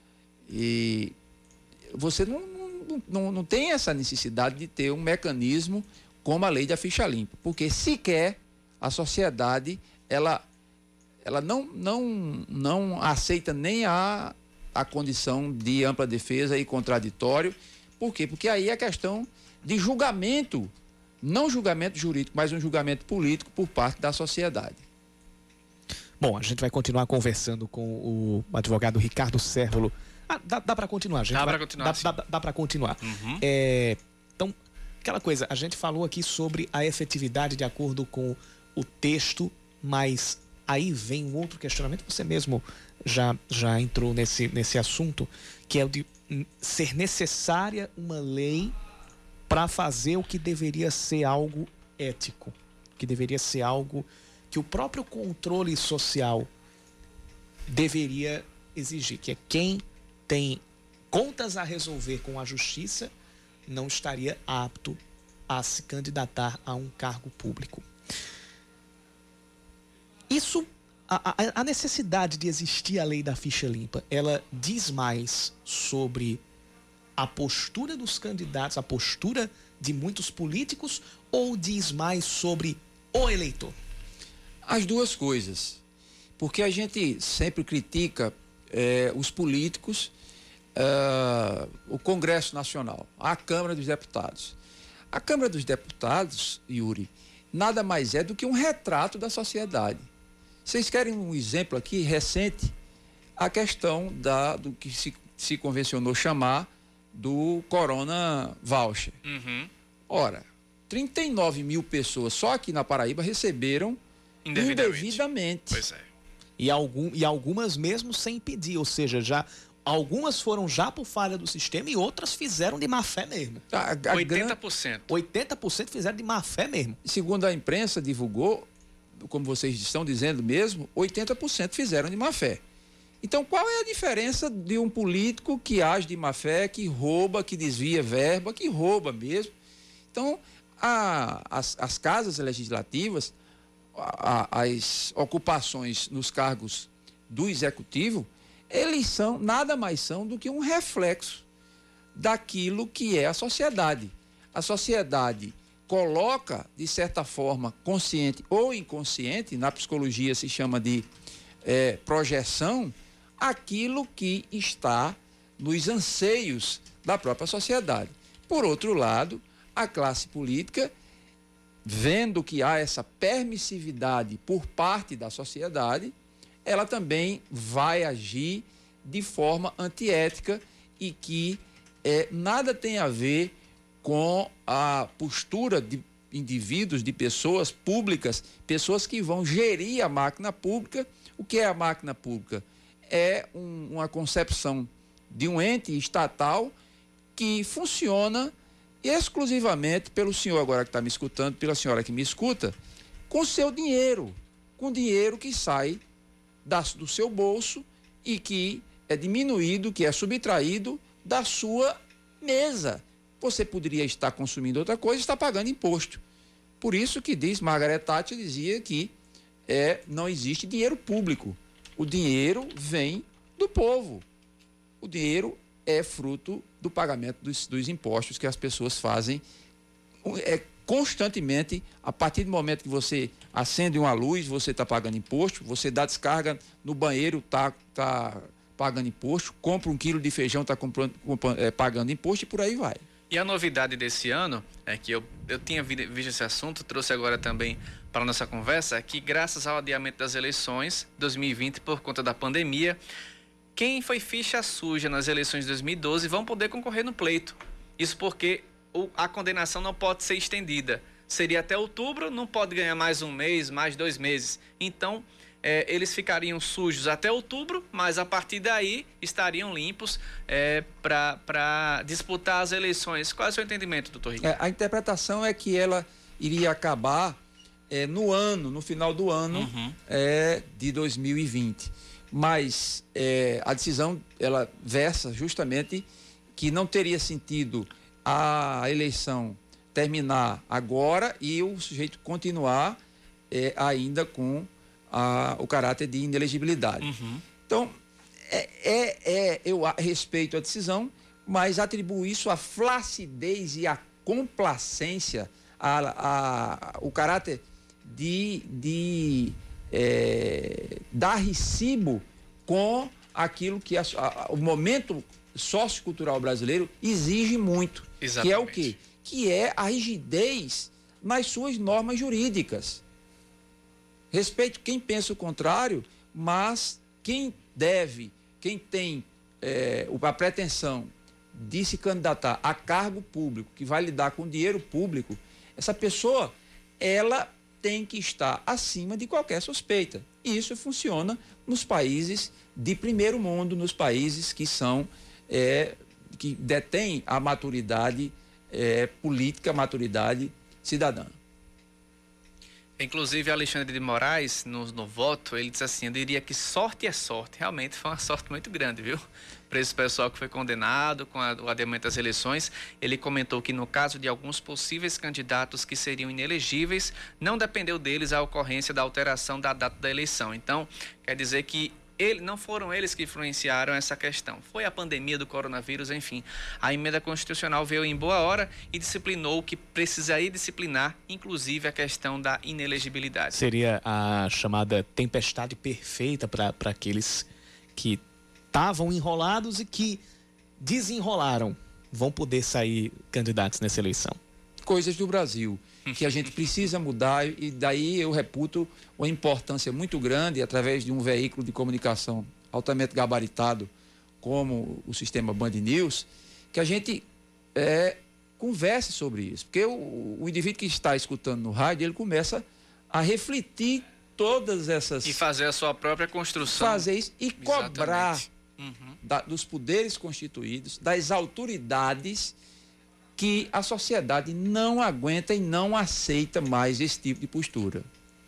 e você não, não, não, não tem essa necessidade de ter um mecanismo como a lei da ficha limpa, porque sequer a sociedade, ela ela não, não, não aceita nem a, a condição de ampla defesa e contraditório. Por quê? Porque aí é questão de julgamento, não julgamento jurídico, mas um julgamento político por parte da sociedade. Bom, a gente vai continuar conversando com o advogado Ricardo Cérvulo. Ah, dá, dá para continuar, gente. Dá vai, para continuar. Dá, dá, dá para continuar. Uhum. É, então, aquela coisa, a gente falou aqui sobre a efetividade de acordo com o texto, mas aí vem um outro questionamento, você mesmo já, já entrou nesse, nesse assunto, que é o de ser necessária uma lei para fazer o que deveria ser algo ético, que deveria ser algo que o próprio controle social deveria exigir, que é quem tem contas a resolver com a justiça não estaria apto a se candidatar a um cargo público. Isso, a, a necessidade de existir a lei da ficha limpa, ela diz mais sobre a postura dos candidatos, a postura de muitos políticos, ou diz mais sobre o eleitor? As duas coisas. Porque a gente sempre critica eh, os políticos, eh, o Congresso Nacional, a Câmara dos Deputados. A Câmara dos Deputados, Yuri, nada mais é do que um retrato da sociedade. Vocês querem um exemplo aqui recente? A questão da, do que se, se convencionou chamar do Corona Voucher. Uhum. Ora, trinta e nove mil pessoas só aqui na Paraíba receberam Indevidamente. indevidamente. Pois é. E, algum, e algumas mesmo sem pedir, ou seja, já algumas foram já por falha do sistema e outras fizeram de má fé mesmo. A, a oitenta por cento. oitenta por cento fizeram de má fé mesmo. Segundo a imprensa divulgou, como vocês estão dizendo mesmo, oitenta por cento fizeram de má fé. Então, qual é a diferença de um político que age de má fé, que rouba, que desvia verba, que rouba mesmo? Então, a, as, as casas legislativas, a, as ocupações nos cargos do executivo, eles são, nada mais são do que um reflexo daquilo que é a sociedade. A sociedade coloca, de certa forma, consciente ou inconsciente, na psicologia se chama de é, projeção, aquilo que está nos anseios da própria sociedade. Por outro lado, a classe política, vendo que há essa permissividade por parte da sociedade, ela também vai agir de forma antiética e que é, nada tem a ver com a postura de indivíduos, de pessoas públicas, pessoas que vão gerir a máquina pública. O que é a máquina pública? É um, uma concepção de um ente estatal que funciona exclusivamente pelo senhor agora que está me escutando, pela senhora que me escuta, com seu dinheiro, com dinheiro que sai da, do seu bolso e que é diminuído, que é subtraído da sua mesa. Você poderia estar consumindo outra coisa e está pagando imposto. Por isso que diz, Margaret Thatcher dizia que é, não existe dinheiro público. O dinheiro vem do povo. O dinheiro é fruto do pagamento dos, dos impostos que as pessoas fazem é, constantemente. A partir do momento que você acende uma luz, você está pagando imposto, você dá descarga no banheiro, está tá pagando imposto, compra um quilo de feijão, está é, pagando imposto e por aí vai. E a novidade desse ano é que eu, eu tinha visto esse assunto, trouxe agora também para a nossa conversa, é que graças ao adiamento das eleições dois mil e vinte por conta da pandemia, quem foi ficha suja nas eleições de dois mil e doze vão poder concorrer no pleito. Isso porque o, a condenação não pode ser estendida. Seria até outubro, não pode ganhar mais um mês, mais dois meses. Então, é, eles ficariam sujos até outubro, mas a partir daí estariam limpos é, para disputar as eleições. Qual é o seu entendimento, doutor Ricardo? É, a interpretação é que ela iria acabar é, no ano, no final do ano uhum. é, de dois mil e vinte. Mas é, a decisão, ela versa justamente que não teria sentido a eleição terminar agora e o sujeito continuar é, ainda com a, o caráter de inelegibilidade. Uhum. Então, é, é, é, eu respeito a decisão, mas atribuo isso à flacidez e à complacência, a, a, o caráter de... de É, dar recibo com aquilo que a, a, o momento sociocultural brasileiro exige muito. Exatamente. Que é o quê? Que é a rigidez nas suas normas jurídicas. Respeito quem pensa o contrário, mas quem deve, quem tem é, a pretensão de se candidatar a cargo público, que vai lidar com dinheiro público, essa pessoa, ela tem que estar acima de qualquer suspeita. E isso funciona nos países de primeiro mundo, nos países que são, é, que detêm a maturidade é, política, a maturidade cidadã. Inclusive, Alexandre de Moraes, no, no voto, ele disse assim, eu diria que sorte é sorte. Realmente foi uma sorte muito grande, viu? Para esse pessoal que foi condenado com a, o adiamento das eleições. Ele comentou que no caso de alguns possíveis candidatos que seriam inelegíveis, não dependeu deles a ocorrência da alteração da data da eleição. Então, quer dizer que Ele, não foram eles que influenciaram essa questão. Foi a pandemia do coronavírus, enfim. A emenda constitucional veio em boa hora e disciplinou o que precisaria disciplinar, inclusive a questão da inelegibilidade. Seria a chamada tempestade perfeita para aqueles que estavam enrolados e que desenrolaram. Vão poder sair candidatos nessa eleição. Coisas do Brasil que a gente precisa mudar, e daí eu reputo uma importância muito grande, através de um veículo de comunicação altamente gabaritado como o sistema Band News, que a gente é, converse sobre isso, porque o, o indivíduo que está escutando no rádio, ele começa a refletir todas essas... E fazer a sua própria construção. Fazer isso e cobrar uhum. da, dos poderes constituídos, das autoridades, que a sociedade não aguenta e não aceita mais esse tipo de postura.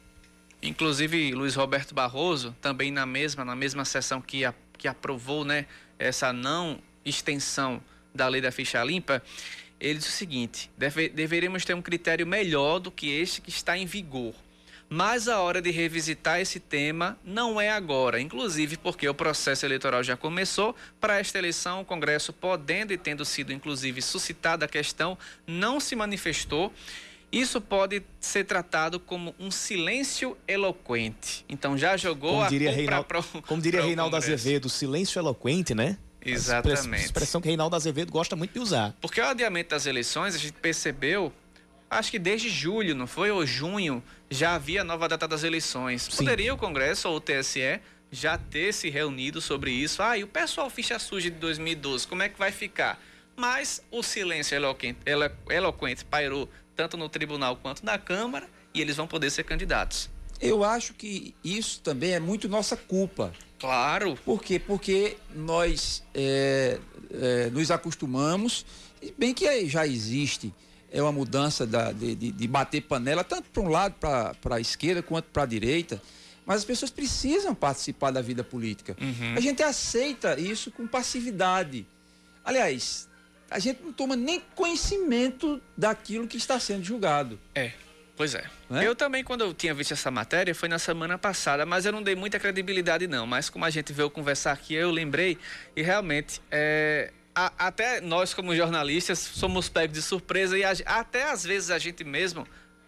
Inclusive, Luiz Roberto Barroso, também na mesma, na mesma sessão que, a, que aprovou, né, essa não extensão da lei da ficha limpa, ele disse o seguinte, deve, deveríamos ter um critério melhor do que este que está em vigor. Mas a hora de revisitar esse tema não é agora, inclusive porque o processo eleitoral já começou. Para esta eleição, o Congresso, podendo e tendo sido, inclusive, suscitada a questão, não se manifestou. Isso pode ser tratado como um silêncio eloquente. Então, já jogou como diria a culpa Reinaldo, pro, Como diria pro Reinaldo Congresso. Azevedo, silêncio eloquente, né? Exatamente. A expressão que Reinaldo Azevedo gosta muito de usar. Porque o adiamento das eleições, a gente percebeu... Acho que desde julho, não foi? Ou junho, já havia nova data das eleições. Sim. Poderia o Congresso ou o T S E já ter se reunido sobre isso? Ah, e o pessoal ficha suja de dois mil e doze, como é que vai ficar? Mas o silêncio eloquente, elo, eloquente pairou tanto no tribunal quanto na Câmara e eles vão poder ser candidatos. Eu acho que isso também é muito nossa culpa. Claro. Por quê? Porque nós é, é, nos acostumamos, bem que já existe... É uma mudança da, de, de, de bater panela, tanto para um lado, para a esquerda, quanto para a direita. Mas as pessoas precisam participar da vida política. Uhum. A gente aceita isso com passividade. Aliás, a gente não toma nem conhecimento daquilo que está sendo julgado. É, pois é. é. Eu também, quando eu tinha visto essa matéria, foi na semana passada, mas eu não dei muita credibilidade, não. Mas como a gente veio conversar aqui, eu lembrei e realmente... É... A, até nós, como jornalistas, somos pegos de surpresa e a, até às vezes a gente mesmo,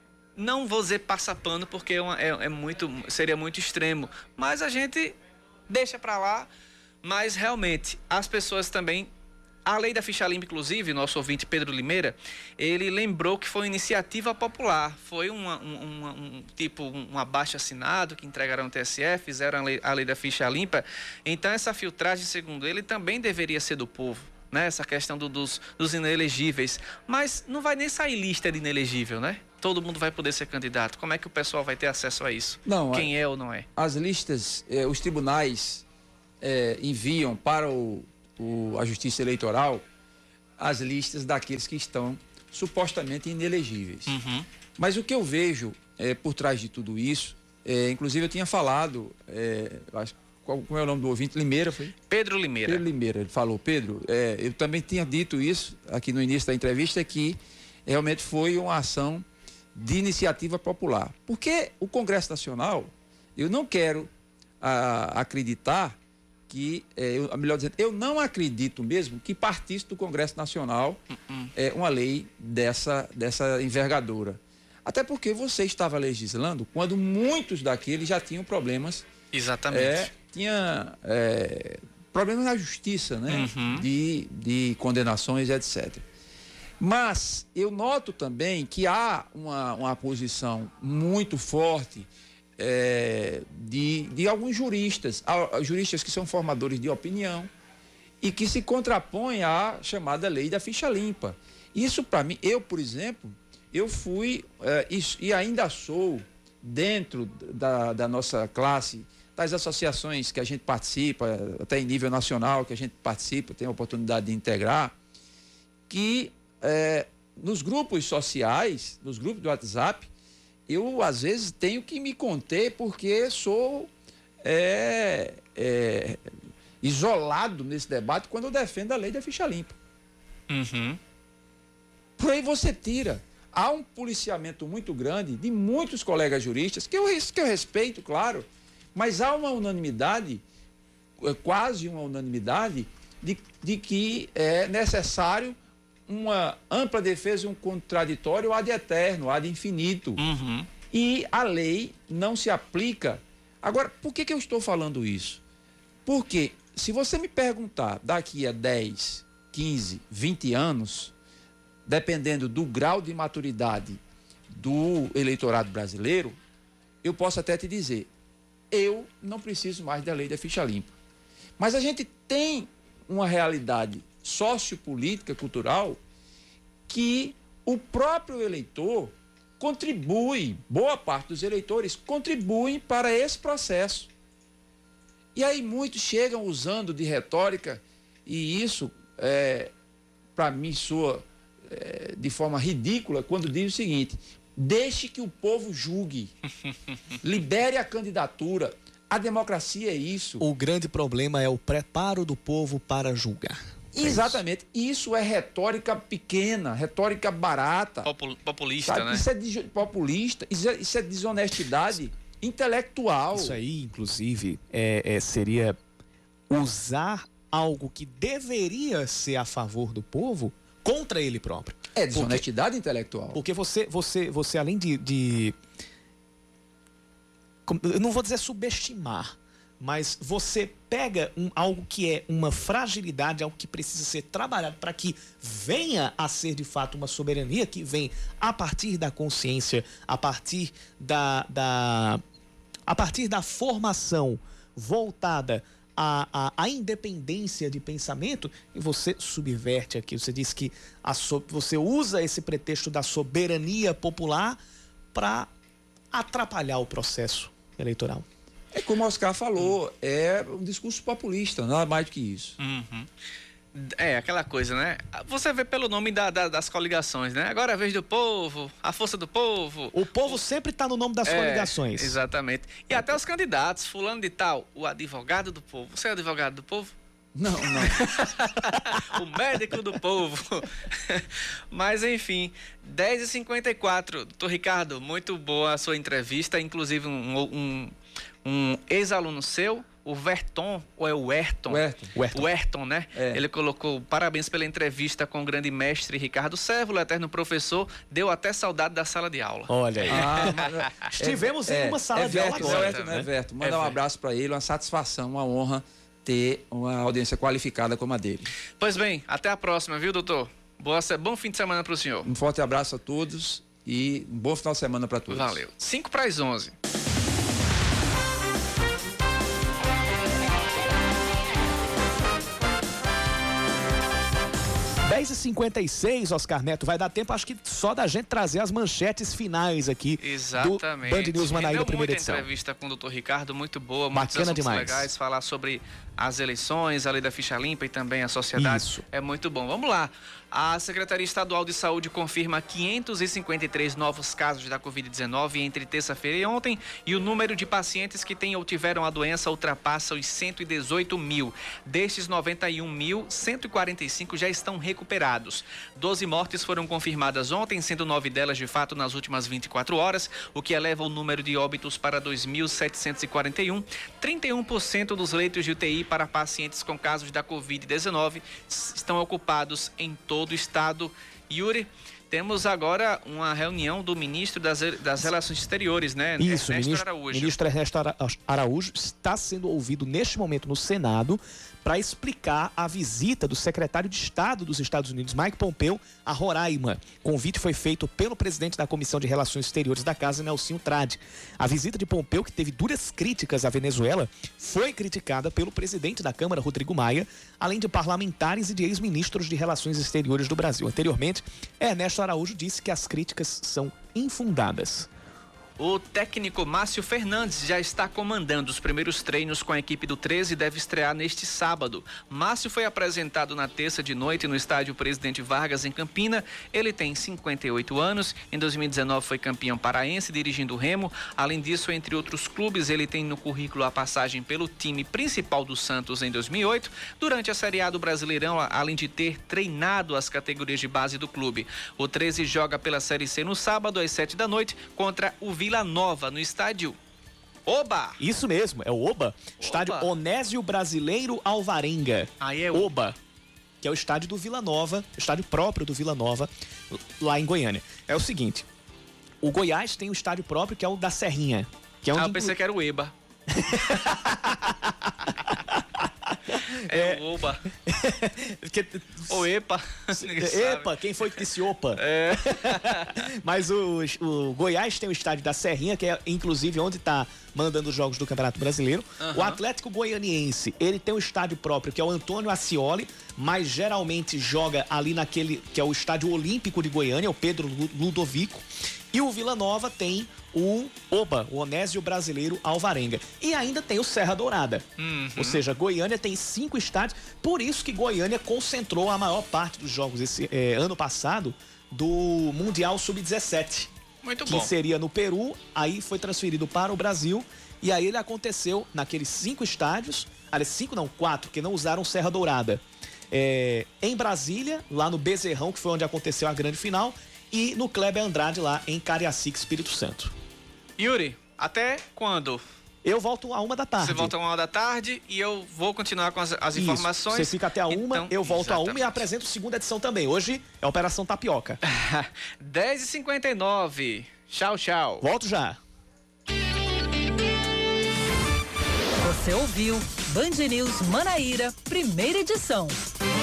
não vou dizer passa pano, porque é, uma, é, é muito, seria muito extremo, mas a gente deixa pra lá. Mas realmente, as pessoas também... A lei da ficha limpa, inclusive, nosso ouvinte Pedro Limeira, ele lembrou que foi uma iniciativa popular, foi uma, uma, um tipo um abaixo-assinado que entregaram ao T S E, fizeram a lei, a lei da ficha limpa. Então essa filtragem, segundo ele, também deveria ser do povo, né? Essa questão do, dos, dos inelegíveis. Mas não vai nem sair lista de inelegível, né? Todo mundo vai poder ser candidato. Como é que o pessoal vai ter acesso a isso? Não, Quem é ou não é? As listas, eh, os tribunais eh, enviam para o O, a Justiça Eleitoral as listas daqueles que estão supostamente inelegíveis. Uhum. Mas o que eu vejo é, por trás de tudo isso, é, inclusive eu tinha falado, é, acho, qual, qual é o nome do ouvinte? Limeira, foi? Pedro Limeira. Pedro Limeira, ele falou, Pedro, é, eu também tinha dito isso aqui no início da entrevista, que realmente foi uma ação de iniciativa popular. Porque o Congresso Nacional, eu não quero a, acreditar que, é, eu, melhor dizendo, eu não acredito mesmo que partisse do Congresso Nacional uh-uh. é, uma lei dessa, dessa envergadura. Até porque você estava legislando quando muitos daqueles já tinham problemas. Exatamente. É, tinha é, problemas na justiça, né? Uhum. De, de condenações, etcétera. Mas eu noto também que há uma, uma posição muito forte É, de, de alguns juristas, juristas que são formadores de opinião e que se contrapõem à chamada lei da ficha limpa. Isso, para mim, eu, por exemplo, eu fui é, e, e ainda sou, dentro da, da nossa classe, das associações que a gente participa, até em nível nacional, que a gente participa, tem a oportunidade de integrar, que é, nos grupos sociais, nos grupos do WhatsApp, eu às vezes tenho que me conter porque sou é, é, isolado nesse debate quando eu defendo a lei da ficha limpa. Uhum. Por aí você tira. Há um policiamento muito grande de muitos colegas juristas, que eu, que eu respeito, claro, mas há uma unanimidade, quase uma unanimidade, de, de que é necessário uma ampla defesa e um contraditório ad eterno, ad infinito. Uhum. E a lei não se aplica. Agora, por que, que eu estou falando isso? Porque se você me perguntar daqui a dez, quinze, vinte anos, dependendo do grau de maturidade do eleitorado brasileiro, eu posso até te dizer, eu não preciso mais da lei da ficha limpa. Mas a gente tem uma realidade sociopolítica, cultural, que o próprio eleitor contribui, boa parte dos eleitores contribuem para esse processo. E aí muitos chegam usando de retórica, e isso, é, para mim, soa é, de forma ridícula, quando diz o seguinte: deixe que o povo julgue, libere a candidatura. A democracia é isso. O grande problema é o preparo do povo para julgar. Exatamente. Isso. isso é retórica pequena, retórica barata. Popul, populista, sabe? né? Isso é de, populista, isso é, isso é desonestidade intelectual. Isso aí, inclusive, é, é, seria usar algo que deveria ser a favor do povo contra ele próprio. É desonestidade porque, intelectual. Porque você, você, você além de, de... eu não vou dizer subestimar, mas você pega um, algo que é uma fragilidade, algo que precisa ser trabalhado para que venha a ser de fato uma soberania que vem a partir da consciência, a partir da, da, a partir da formação voltada à, à, à independência de pensamento, e você subverte aqui. Você diz que a so, você usa esse pretexto da soberania popular para atrapalhar o processo eleitoral. É como o Oscar falou, é um discurso populista, nada mais do que isso. Uhum. É, aquela coisa, né? Você vê pelo nome da, da, das coligações, né? Agora é a vez do povo, a força do povo. O povo sempre está no nome das é, coligações. Exatamente. E até os candidatos, fulano de tal, o advogado do povo. Você é advogado do povo? Não, não. O médico do povo. Mas, enfim, dez e cinquenta e quatro. Doutor Ricardo, muito boa a sua entrevista. Inclusive, um, um, um ex-aluno seu, o Verton, ou é o Ayrton? O Ayrton. O Ayrton, o Ayrton, né? É. Ele colocou parabéns pela entrevista com o grande mestre Ricardo Sérvulo, eterno professor. Deu até saudade da sala de aula. Olha aí. Ah, mas, estivemos é, em uma sala é, de aula agora. agora. É Verton, né? Verton. Manda é um abraço para ele, uma satisfação, uma honra ter uma audiência qualificada como a dele. Pois bem, até a próxima, viu, doutor? Boa, bom fim de semana para o senhor. Um forte abraço a todos e um bom final de semana para todos. Valeu. cinco para as onze. dez e cinquenta e seis, Oscar Neto, vai dar tempo, acho que só da gente trazer as manchetes finais aqui. Exatamente. Do Band News Manaíra, primeira muita edição. Entrevista com o doutor Ricardo, muito boa, muitos assuntos demais. legais, falar sobre as eleições, a lei da ficha limpa e também a sociedade. Isso. É muito bom. Vamos lá. A Secretaria Estadual de Saúde confirma quinhentos e cinquenta e três novos casos da covid dezenove entre terça-feira e ontem, e o número de pacientes que têm ou tiveram a doença ultrapassa os cento e dezoito mil. Destes, noventa e um mil, cento e quarenta e cinco já estão recuperados. doze mortes foram confirmadas ontem, sendo nove delas de fato nas últimas vinte e quatro horas, o que eleva o número de óbitos para dois mil setecentos e quarenta e um. trinta e um por cento dos leitos de U T I para pacientes com casos da covid dezenove estão ocupados em todo o estado. Yuri, temos agora uma reunião do ministro das, das Relações Exteriores, né? Isso, Ernesto ministro, Araújo. ministro Ernesto Araújo está sendo ouvido neste momento no Senado para explicar a visita do secretário de Estado dos Estados Unidos, Mike Pompeo, a Roraima. O convite foi feito pelo presidente da Comissão de Relações Exteriores da Casa, Nelsinho Trade. A visita de Pompeo, que teve duras críticas à Venezuela, foi criticada pelo presidente da Câmara, Rodrigo Maia, além de parlamentares e de ex-ministros de Relações Exteriores do Brasil. Anteriormente, Ernesto Araújo disse que as críticas são infundadas. O técnico Márcio Fernandes já está comandando os primeiros treinos com a equipe do treze e deve estrear neste sábado. Márcio foi apresentado na terça de noite no estádio Presidente Vargas, em Campina. Ele tem cinquenta e oito anos. Em dois mil e dezenove foi campeão paraense dirigindo o Remo. Além disso, entre outros clubes, ele tem no currículo a passagem pelo time principal do Santos em dois mil e oito, durante a Série A do Brasileirão, além de ter treinado as categorias de base do clube. O treze joga pela Série C no sábado às sete da noite contra o Vila Nova, no estádio Oba. Isso mesmo, é o Oba. Estádio Onésio Brasileiro Alvarenga. Aí é o Oba, que é o estádio do Vila Nova, estádio próprio do Vila Nova, lá em Goiânia. É o seguinte, o Goiás tem um estádio próprio que é o da Serrinha. Que é onde ah, eu pensei inclu... que era o Eba. É, é o Oba. que... Ou Epa. Epa, quem foi que disse Opa? É. Mas o, o Goiás tem o estádio da Serrinha, que é inclusive onde está mandando os jogos do Campeonato Brasileiro. Uhum. O Atlético Goianiense, ele tem um estádio próprio, que é o Antônio Ascioli, mas geralmente joga ali naquele, que é o estádio Olímpico de Goiânia, o Pedro Ludovico. E o Vila Nova tem o Oba, o Onésio Brasileiro Alvarenga. E ainda tem o Serra Dourada. Uhum. Ou seja, Goiânia tem cinco estádios. Por isso que Goiânia concentrou a maior parte dos jogos esse é, ano passado do Mundial sub dezessete. Muito que bom. Que seria no Peru, aí foi transferido para o Brasil. E aí ele aconteceu naqueles cinco estádios. Aliás, cinco não, quatro, que não usaram Serra Dourada. É, em Brasília, lá no Bezerrão, que foi onde aconteceu a grande final. E no Kleber Andrade, lá em Cariacica, Espírito Santo. Yuri, até quando? Eu volto a uma da tarde. Você volta a uma da tarde e eu vou continuar com as, as informações. Você fica até a uma, então, eu volto exatamente. a uma e apresento a segunda edição também. Hoje é a Operação Tapioca. dez e cinquenta e nove. Tchau, tchau. Volto já. Você ouviu Band News Manaíra, primeira edição.